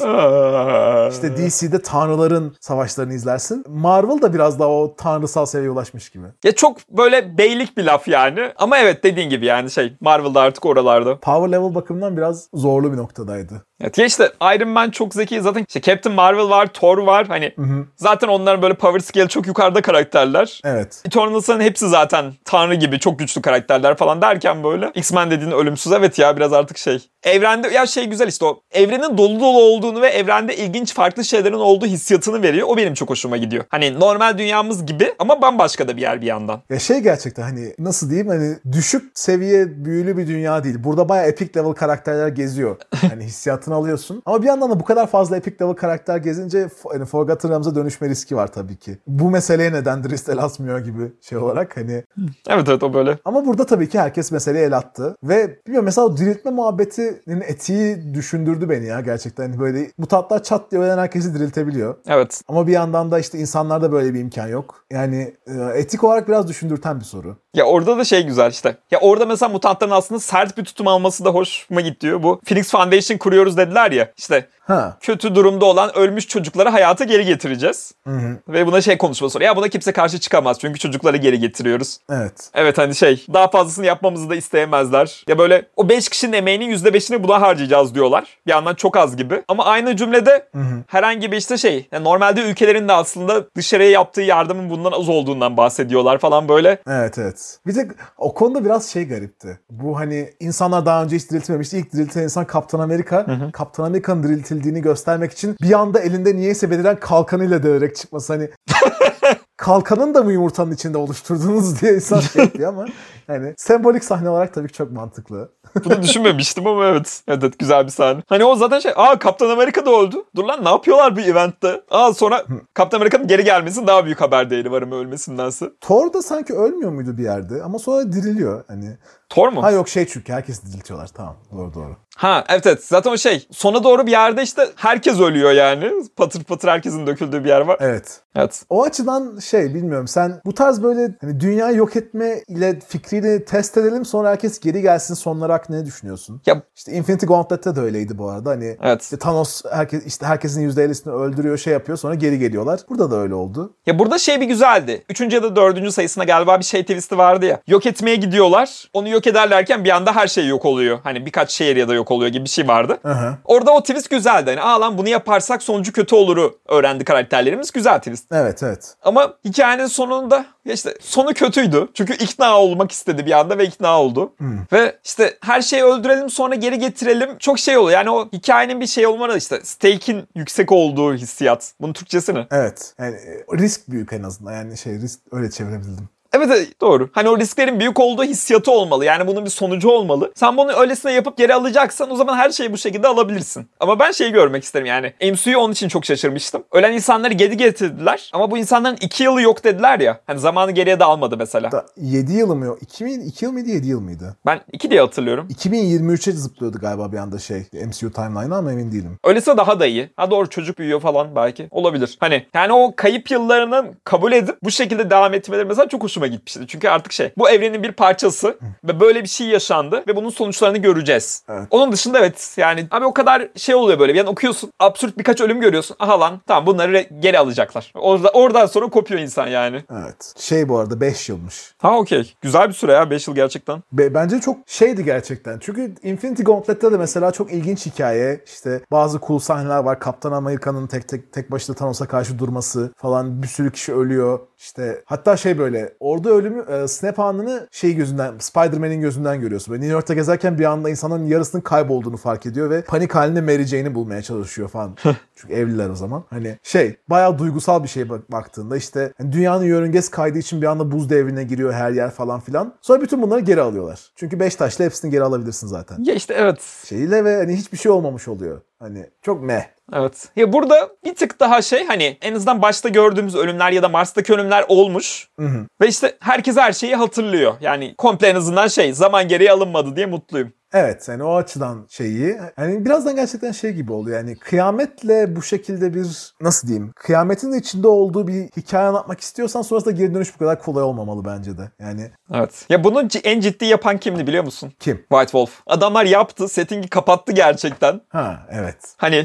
İşte DC'de tanrıların savaşlarını izlersin. Marvel da biraz daha o tanrısal seviyeye ulaşmış gibi. Ya çok böyle beylik bir laf yani. Ama evet, dediğin gibi yani Marvel'da artık oralarda. Power level bakımından biraz zorlu bir noktadaydı. Evet ya, işte Iron Man çok zeki. Zaten Captain Marvel var, Thor var. Hani zaten onların böyle power scale çok yukarıda karakterler. Evet. Eternals'ın hepsi zaten tanrı gibi çok güçlü karakterler falan derken böyle X-Men dediğin ölümsüz, evet ya, biraz artık evrende ya güzel işte o evrenin dolu dolu olduğunu ve evrende ilginç farklı şeylerin olduğu hissiyatını veriyor. O benim çok hoşuma gidiyor. Hani normal dünyamız gibi ama bambaşka da bir yer bir yandan. Ya gerçekten hani nasıl diyeyim, hani düşük seviye büyülü bir dünya değil. Burada bayağı epic level karakterler geziyor. Hani hissiyatını alıyorsun. Ama bir yandan da bu kadar fazla epic level karakter gezince hani Forgotten Realms'a dönüşme riski var tabii ki. Bu meseleye neden Driscoll el atmıyor gibi olarak hani. Evet o böyle. Ama burada tabii ki herkes meseleye el attı. Ve bilmiyorum, mesela o diriltme muhabbetinin etiği düşündürdü beni ya gerçekten. Hani böyle mutantlar çat diye ölen herkesi diriltebiliyor. Evet. Ama bir yandan da işte insanlarda böyle bir imkan yok. Yani etik olarak biraz düşündürten bir soru. Ya orada da güzel işte. Ya orada mesela mutantların aslında sert bir tutum alması da hoşuma gidiyor. Bu Phoenix Foundation kuruyoruz dediler ya. İşte kötü durumda olan ölmüş çocukları hayata geri getireceğiz. Ve buna konuşması var. Ya buna kimse karşı çıkamaz çünkü çocukları geri getiriyoruz. Evet. Evet hani daha fazlasını yapmamızı da isteyemezler. Ya böyle o 5 kişinin emeğinin %5'ini buna harcayacağız diyorlar. Bir yandan çok az gibi. Ama aynı cümlede herhangi bir yani normalde ülkelerin de aslında dışarıya yaptığı yardımın bundan az olduğundan bahsediyorlar falan böyle. Evet. Bir tek o konuda biraz garipti. Bu hani insanlar daha önce hiç diriltilmemişti. İlk diriltilen insan Kaptan Amerika. Kaptan Amerika'nın diriltildiğini göstermek için bir anda elinde niyeyse beliren kalkanıyla döverek çıkması, hani kalkanın da mı yumurtanın içinde oluşturdunuz diye insan yapıyor ama yani sembolik sahne olarak tabii ki çok mantıklı. Bunu düşünmemiştim ama evet. Evet güzel bir sahne. Hani o zaten Kaptan Amerika da öldü. Dur lan, ne yapıyorlar bir eventte? Sonra Kaptan Amerika'nın geri gelmesi daha büyük haber değeri var ama ölmesindense. Thor da sanki ölmüyor muydu bir yerde ama sonra diriliyor hani. Thor mu? Ha yok çünkü herkesi diriltiyorlar. Tamam doğru. Ha evet zaten o sona doğru bir yerde işte herkes ölüyor yani. Patır patır herkesin döküldüğü bir yer var. Evet. Evet. O açıdan bilmiyorum, sen bu tarz böyle hani dünyayı yok etme ile fikrini test edelim sonra herkes geri gelsin sonları hakkında ne düşünüyorsun? Ya, İşte Infinity Gauntlet'te de öyleydi bu arada. Hani evet. işte Thanos herkesin %50'sini öldürüyor, yapıyor, sonra geri geliyorlar. Burada da öyle oldu. Ya burada bir güzeldi. 3. ya da 4. sayısında galiba bir twisti vardı ya. Yok etmeye gidiyorlar. Onu yok ederlerken bir anda her şey yok oluyor. Hani birkaç şehir ya da yok oluyor gibi bir şey vardı. Hı-hı. Orada o twist güzeldi. Hani lan bunu yaparsak sonucu kötü oluru öğrendi karakterlerimiz. Güzel twist. Evet. Ama hikayenin sonunda sonu kötüydü. Çünkü ikna olmak istedi bir anda ve ikna oldu. Ve her şeyi öldürelim sonra geri getirelim. Çok oluyor. Yani o hikayenin bir olmalı stake'in yüksek olduğu hissiyat. Bunun Türkçesi ne? Evet. Yani risk büyük en azından. Yani risk öyle çevirebildim. Evet doğru. Hani o risklerin büyük olduğu hissiyatı olmalı. Yani bunun bir sonucu olmalı. Sen bunu öylesine yapıp geri alacaksan o zaman her şeyi bu şekilde alabilirsin. Ama ben görmek isterim yani. MCU'yu onun için çok şaşırmıştım. Ölen insanları geri getirdiler. Ama bu insanların 2 yılı yok dediler ya. Hani zamanı geriye de almadı mesela. 7 yılı mı yok? 2 yıl mıydı 7 yıl mıydı? Ben 2 diye hatırlıyorum. 2023'e zıplıyordu galiba bir anda MCU timeline'a ama emin değilim. Öyleyse daha da iyi. Ha doğru, çocuk büyüyor falan belki. Olabilir. Hani yani o kayıp yıllarını kabul edip bu şekilde devam etmeleri mesela çok hoşuma gitmişti. Çünkü artık bu evrenin bir parçası ve böyle bir şey yaşandı ve bunun sonuçlarını göreceğiz. Evet. Onun dışında evet yani abi o kadar oluyor böyle. Yani okuyorsun, absürt birkaç ölüm görüyorsun. Aha lan tamam bunları geri alacaklar. Oradan sonra kopuyor insan yani. Evet. Bu arada 5 yılmış. Ha okey. Güzel bir süre ya 5 yıl gerçekten. Bence çok gerçekten. Çünkü Infinity Gauntlet'te de mesela çok ilginç hikaye. İşte bazı cool sahneler var. Kaptan Amerika'nın tek başına Thanos'a karşı durması falan. Bir sürü kişi ölüyor. İşte hatta böyle orada ölümü snap anını gözünden, Spider-Man'in gözünden görüyorsun. Böyle New York'ta gezerken bir anda insanların yarısının kaybolduğunu fark ediyor ve panik halinde Mary Jane'i bulmaya çalışıyor falan. Çünkü evliler o zaman. Hani bayağı duygusal bir baktığında hani dünyanın yörüngesi kaydığı için bir anda buz devrine giriyor her yer falan filan. Sonra bütün bunları geri alıyorlar. Çünkü 5 taşla hepsini geri alabilirsin zaten. Ya evet. Ve hani hiçbir şey olmamış oluyor. Hani çok meh. Evet. Ya burada bir tık daha hani en azından başta gördüğümüz ölümler ya da Mars'taki ölümler olmuş. Hı-hı. Ve herkes her şeyi hatırlıyor. Yani komple en azından zaman geriye alınmadı diye mutluyum. Evet yani o açıdan hani birazdan gerçekten gibi oluyor yani kıyametle bu şekilde bir nasıl diyeyim kıyametin de içinde olduğu bir hikaye anlatmak istiyorsan sonrasında geri dönüş bu kadar kolay olmamalı bence de yani. Evet. Ya bunu en ciddi yapan kimdi biliyor musun? Kim? White Wolf. Adamlar yaptı, settingi kapattı gerçekten. Ha evet. Hani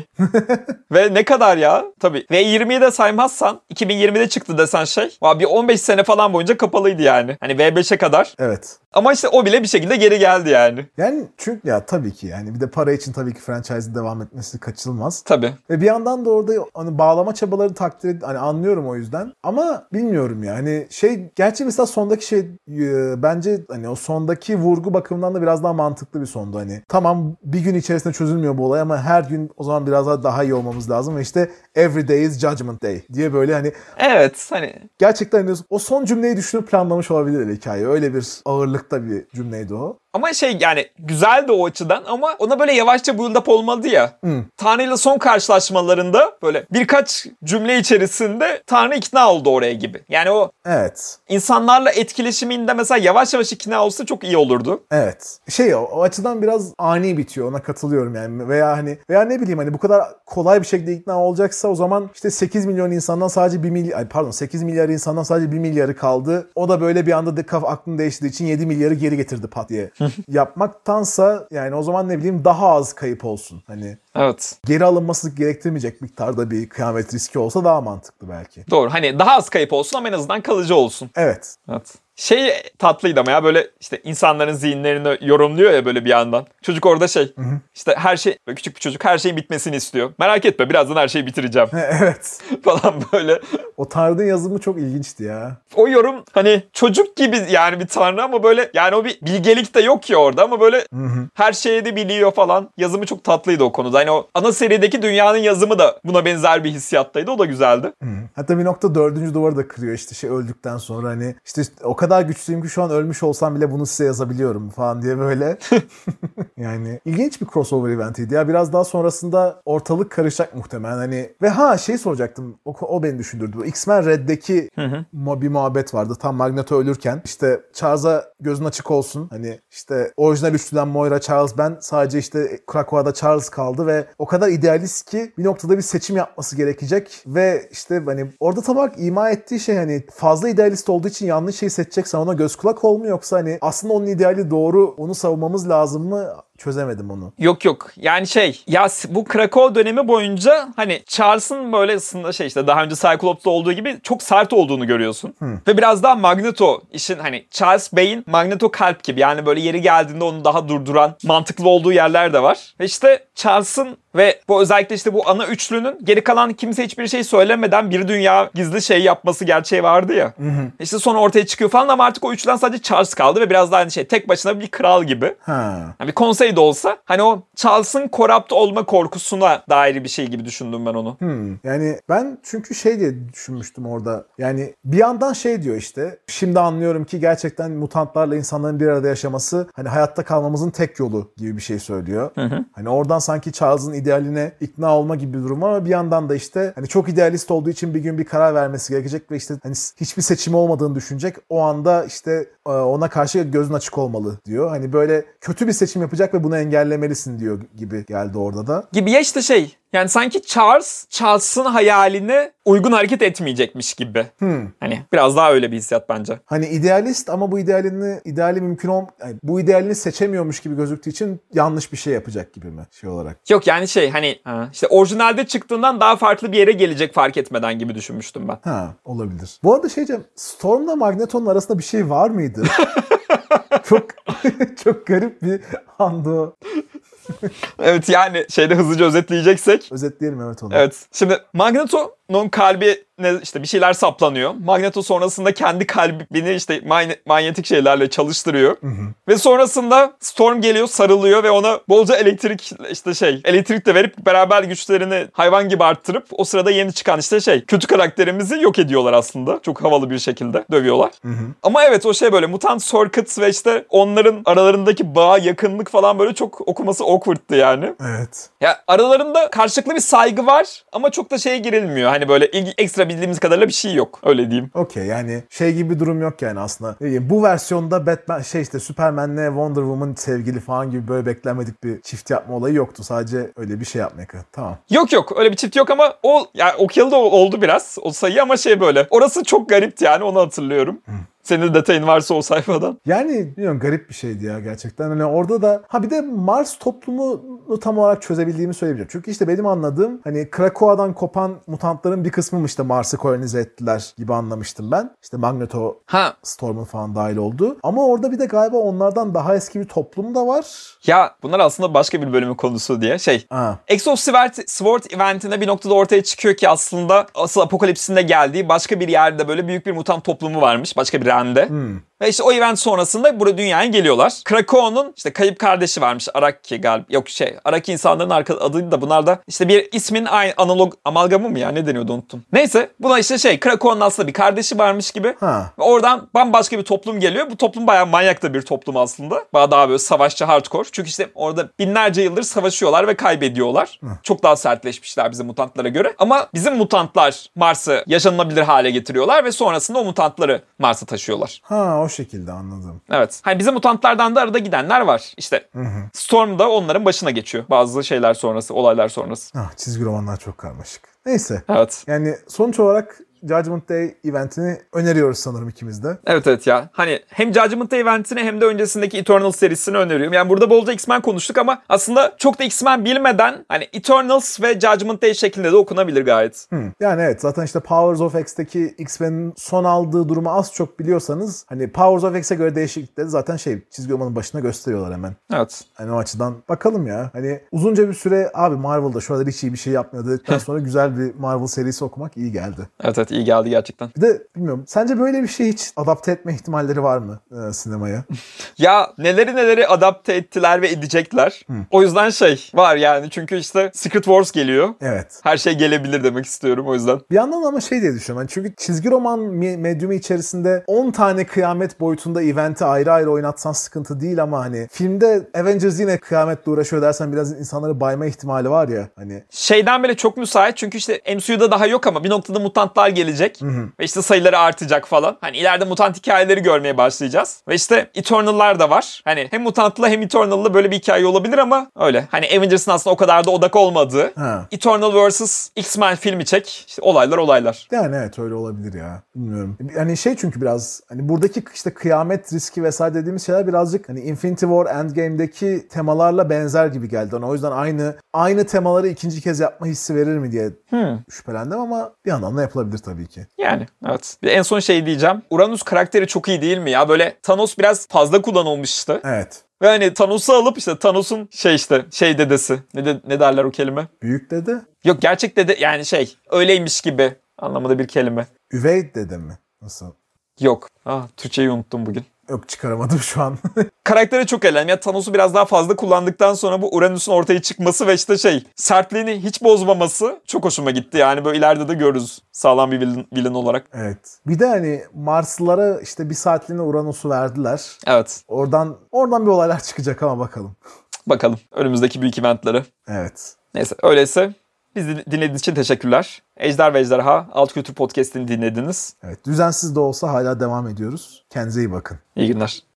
ve ne kadar ya? Tabii. V20'yi de saymazsan 2020'de çıktı desen bir 15 sene falan boyunca kapalıydı yani. Hani V5'e kadar. Evet. Ama o bile bir şekilde geri geldi yani. Yani çünkü tabii ki yani bir de para için tabii ki franchise'in devam etmesi kaçınılmaz. Tabii. Ve bir yandan da orada hani bağlama çabaları hani anlıyorum o yüzden. Ama bilmiyorum ya hani gerçi mesela sondaki bence hani o sondaki vurgu bakımından da biraz daha mantıklı bir sondu hani. Tamam bir gün içerisinde çözülmüyor bu olay ama her gün o zaman biraz daha iyi olmamız lazım ve every day is judgment day diye böyle hani. Evet hani. Gerçekten hani o son cümleyi düşünüp planlamış olabilir hikaye. Öyle bir ağırlıkta bir cümleydi o. Ama yani güzeldi o açıdan ama ona böyle yavaşça build up olmadı ya. Tanrı'yla son karşılaşmalarında böyle birkaç cümle içerisinde Tanrı ikna oldu oraya gibi. Yani o evet. insanlarla etkileşiminde mesela yavaş yavaş ikna olsa çok iyi olurdu. Evet. O açıdan biraz ani bitiyor. Ona katılıyorum yani. Veya ne bileyim hani bu kadar kolay bir şekilde ikna olacaksa o zaman 8 milyon insandan sadece 8 milyar insandan sadece 1 milyarı kaldı. O da böyle bir anda aklını değiştirdiği için 7 milyarı geri getirdi pat diye. Yapmaktansa yani o zaman ne bileyim daha az kayıp olsun. Hani evet. Geri alınması gerektirmeyecek miktarda bir kıyamet riski olsa daha mantıklı belki. Doğru. Hani daha az kayıp olsun ama en azından kalıcı olsun. Evet. Evet. Tatlıydı ama ya böyle insanların zihinlerini yorumluyor ya böyle bir yandan. Çocuk orada her şey böyle küçük bir çocuk her şeyin bitmesini istiyor. Merak etme birazdan her şeyi bitireceğim. Evet. Falan böyle. O Tanrı'nın yazımı çok ilginçti ya. O yorum hani çocuk gibi yani bir Tanrı ama böyle yani o bir bilgelik de yok ki orada ama böyle her şeyi de biliyor falan. Yazımı çok tatlıydı o konuda. Hani o ana serideki dünyanın yazımı da buna benzer bir hissiyattaydı. O da güzeldi. Hatta bir nokta 4. duvarı da kırıyor öldükten sonra hani o kadar kadar güçlüyüm ki şu an ölmüş olsam bile bunu size yazabiliyorum falan diye böyle. Yani ilginç bir crossover eventiydi ya. Biraz daha sonrasında ortalık karışacak muhtemelen. Hani ve şey soracaktım. O beni düşündürdü. Bu X-Men Red'deki bir muhabbet vardı. Tam Magneto ölürken işte Charles'a gözün açık olsun. Hani işte orijinal üçlüden Moira, Charles, ben, sadece işte Krakowa'da Charles kaldı ve o kadar idealist ki bir noktada bir seçim yapması gerekecek ve işte hani orada tam olarak ima ettiği şey hani fazla idealist olduğu için yanlış şeyi seçeceksen ona göz kulak ol mu, yoksa hani aslında onun ideali doğru, onu savunmamız lazım mı? Çözemedim onu. Yok. Yani ya bu Krakow dönemi boyunca hani Charles'ın böyle aslında işte daha önce Cyclops'ta olduğu gibi çok sert olduğunu görüyorsun. Ve biraz daha Magneto işin hani Charles Beyin Magneto kalp gibi, yani böyle yeri geldiğinde onu daha durduran, mantıklı olduğu yerler de var. Ve işte Charles'ın ve bu özellikle işte bu ana üçlünün geri kalan kimse hiçbir şey söylemeden bir dünya gizli şey yapması gerçeği vardı ya. İşte sonra ortaya çıkıyor falan ama artık o üçlüden sadece Charles kaldı ve biraz daha hani tek başına bir kral gibi. Yani bir konsey de olsa hani o Charles'ın corrupt olma korkusuna dair bir şey gibi düşündüm ben onu. Yani ben çünkü diye düşünmüştüm orada. Yani bir yandan diyor işte. Şimdi anlıyorum ki gerçekten mutantlarla insanların bir arada yaşaması hani hayatta kalmamızın tek yolu gibi bir şey söylüyor. Hani oradan sanki Charles'ın idealine ikna olma gibi bir durum var ama bir yandan da işte hani çok idealist olduğu için bir gün bir karar vermesi gerekecek ve işte hani hiçbir seçimi olmadığını düşünecek. O anda işte ona karşı gözün açık olmalı diyor. Hani böyle kötü bir seçim yapacak ve bunu engellemelisin diyor gibi geldi orada da. Gibi ya işte yani sanki Charles'ın hayaline uygun hareket etmeyecekmiş gibi. Hani biraz daha öyle bir hissiyat bence. Hani idealist ama bu ideali mümkün yani bu idealini seçemiyormuş gibi gözüktüğü için yanlış bir şey yapacak gibi mi olarak? Yok yani hani işte orijinalde çıktığından daha farklı bir yere gelecek fark etmeden gibi düşünmüştüm ben. Olabilir. Bu arada Storm'la Magneto'nun arasında bir şey var mıydı? Çok çok garip bir andı o. Evet, yani hızlıca özetleyeceksek. Özetleyelim evet onu. Evet. Şimdi Magneto'nun kalbine işte bir şeyler saplanıyor. Magneto sonrasında kendi kalbini işte manyetik şeylerle çalıştırıyor. Ve sonrasında Storm geliyor, sarılıyor ve ona bolca elektrik de verip beraber güçlerini hayvan gibi arttırıp o sırada yeni çıkan kötü karakterimizi yok ediyorlar aslında. Çok havalı bir şekilde dövüyorlar. Ama evet, o böyle Mutant Circuit ve işte onların aralarındaki bağ, yakınlık falan böyle çok okuması awkward'tı yani. Evet. Ya aralarında karşılıklı bir saygı var ama çok da girilmiyor. Hani böyle ekstra bildiğimiz kadarıyla bir şey yok. Öyle diyeyim. Okey, yani gibi bir durum yok yani aslında. Bu versiyonda Batman Superman'le Wonder Woman sevgili falan gibi böyle beklenmedik bir çift yapma olayı yoktu. Sadece öyle bir şey yapmak. Tamam. Yok öyle bir çift yok ama okuyalı da oldu biraz o sayı ama böyle. Orası çok garipti yani, onu hatırlıyorum. Senin detayın varsa o sayfadan. Yani bilmiyorum, garip bir şeydi ya gerçekten. Hani orada da bir de Mars toplumunu tam olarak çözebildiğimi söyleyebilirim. Çünkü işte benim anladığım hani Krakowa'dan kopan mutantların bir kısmı işte Mars'ı kolonize ettiler gibi anlamıştım ben. İşte Magneto, Storm'un falan dahil oldu. Ama orada bir de galiba onlardan daha eski bir toplum da var. Ya bunlar aslında başka bir bölümün konusu diye. Exo Sword eventinde bir noktada ortaya çıkıyor ki aslında asıl Apokalips'in de geldiği başka bir yerde böyle büyük bir mutant toplumu varmış. Başka bir realmde. Ve işte o event sonrasında buraya dünyaya geliyorlar. Krakowa'nın işte kayıp kardeşi varmış. Araki galiba. Yok Araki insanların adıydı da bunlar da işte bir ismin amalgamı mı ya? Ne deniyordu unuttum. Neyse buna işte Krakowa'nın aslında bir kardeşi varmış gibi. Ve oradan bambaşka bir toplum geliyor. Bu toplum bayağı manyak da bir toplum aslında. Bayağı daha böyle savaşçı, hardcore. Çünkü işte orada binlerce yıldır savaşıyorlar ve kaybediyorlar. Çok daha sertleşmişler bizim mutantlara göre. Ama bizim mutantlar Mars'ı yaşanılabilir hale getiriyorlar ve sonrasında o mutantları Mars'a taşıyorlar. O şekilde anladım. Evet. Hani bizim mutantlardan da arada gidenler var. İşte Storm da onların başına geçiyor. Bazı şeyler sonrası, olaylar sonrası. Çizgi romanlar çok karmaşık. Neyse. Evet. Yani sonuç olarak Judgment Day eventini öneriyoruz sanırım ikimiz de. Evet ya. Hani hem Judgment Day eventini hem de öncesindeki Eternals serisini öneriyorum. Yani burada bolca X-Men konuştuk ama aslında çok da X-Men bilmeden hani Eternals ve Judgment Day şeklinde de okunabilir gayet. Yani evet, zaten işte Powers of X'teki X-Men'in son aldığı durumu az çok biliyorsanız hani Powers of X'e göre değişiklikleri zaten çizgi romanın başına gösteriyorlar hemen. Evet. Hani o açıdan bakalım ya. Hani uzunca bir süre Marvel'da şu anda hiç iyi bir şey yapmıyor dedikten sonra güzel bir Marvel serisi okumak iyi geldi. Evet iyi geldi gerçekten. Bir de bilmiyorum. Sence böyle bir şey hiç adapte etme ihtimalleri var mı sinemaya? Ya neleri adapte ettiler ve edecekler. O yüzden var yani. Çünkü işte Secret Wars geliyor. Evet. Her şey gelebilir demek istiyorum o yüzden. Bir yandan ama diye düşünüyorum. Yani çünkü çizgi roman medyumu içerisinde 10 tane kıyamet boyutunda eventi ayrı ayrı oynatsan sıkıntı değil ama hani filmde Avengers yine kıyametle uğraşıyor dersen biraz insanları bayma ihtimali var ya hani. Şeyden bile çok müsait çünkü işte MCU'da daha yok ama bir noktada mutantlar gelecek ve işte sayıları artacak falan. Hani ileride mutant hikayeleri görmeye başlayacağız. Ve işte Eternal'lar da var. Hani hem mutantlı hem Eternal'lı böyle bir hikaye olabilir ama öyle. Hani Avengers'ın aslında o kadar da odak olmadığı. Eternal vs. X-Men filmi çek. İşte olaylar. Yani evet öyle olabilir ya. Bilmiyorum. Hani çünkü biraz hani buradaki işte kıyamet riski vesaire dediğimiz şeyler birazcık hani Infinity War Endgame'deki temalarla benzer gibi geldi. O yüzden aynı temaları ikinci kez yapma hissi verir mi diye şüphelendim ama bir yandan da yapılabilir tabii ki. Yani evet. Bir en son diyeceğim. Uranus karakteri çok iyi değil mi ya? Böyle Thanos biraz fazla kullanılmıştı. Evet. Ve hani Thanos'u alıp işte Thanos'un dedesi. Ne derler o kelime? Büyük dede? Yok gerçek dede yani öyleymiş gibi anlamında bir kelime. Üvey dede mi? Nasıl? Yok. Türkçeyi unuttum bugün. Yok çıkaramadım şu an. Karakteri çok eğlendim. Ya Thanos'u biraz daha fazla kullandıktan sonra bu Uranüs'ün ortaya çıkması ve işte sertliğini hiç bozmaması çok hoşuma gitti. Yani böyle ileride de görürüz sağlam bir villain olarak. Evet. Bir de hani Marslılara işte bir saatliğine Uranüs'ü verdiler. Evet. Oradan bir olaylar çıkacak ama bakalım. Bakalım önümüzdeki büyük eventlere. Evet. Neyse öyleyse bizi dinlediğiniz için teşekkürler. Ejder ve Ejderha Alt Kültür Podcast'ini dinlediniz. Evet. Düzensiz de olsa hala devam ediyoruz. Kendinize iyi bakın. İyi günler.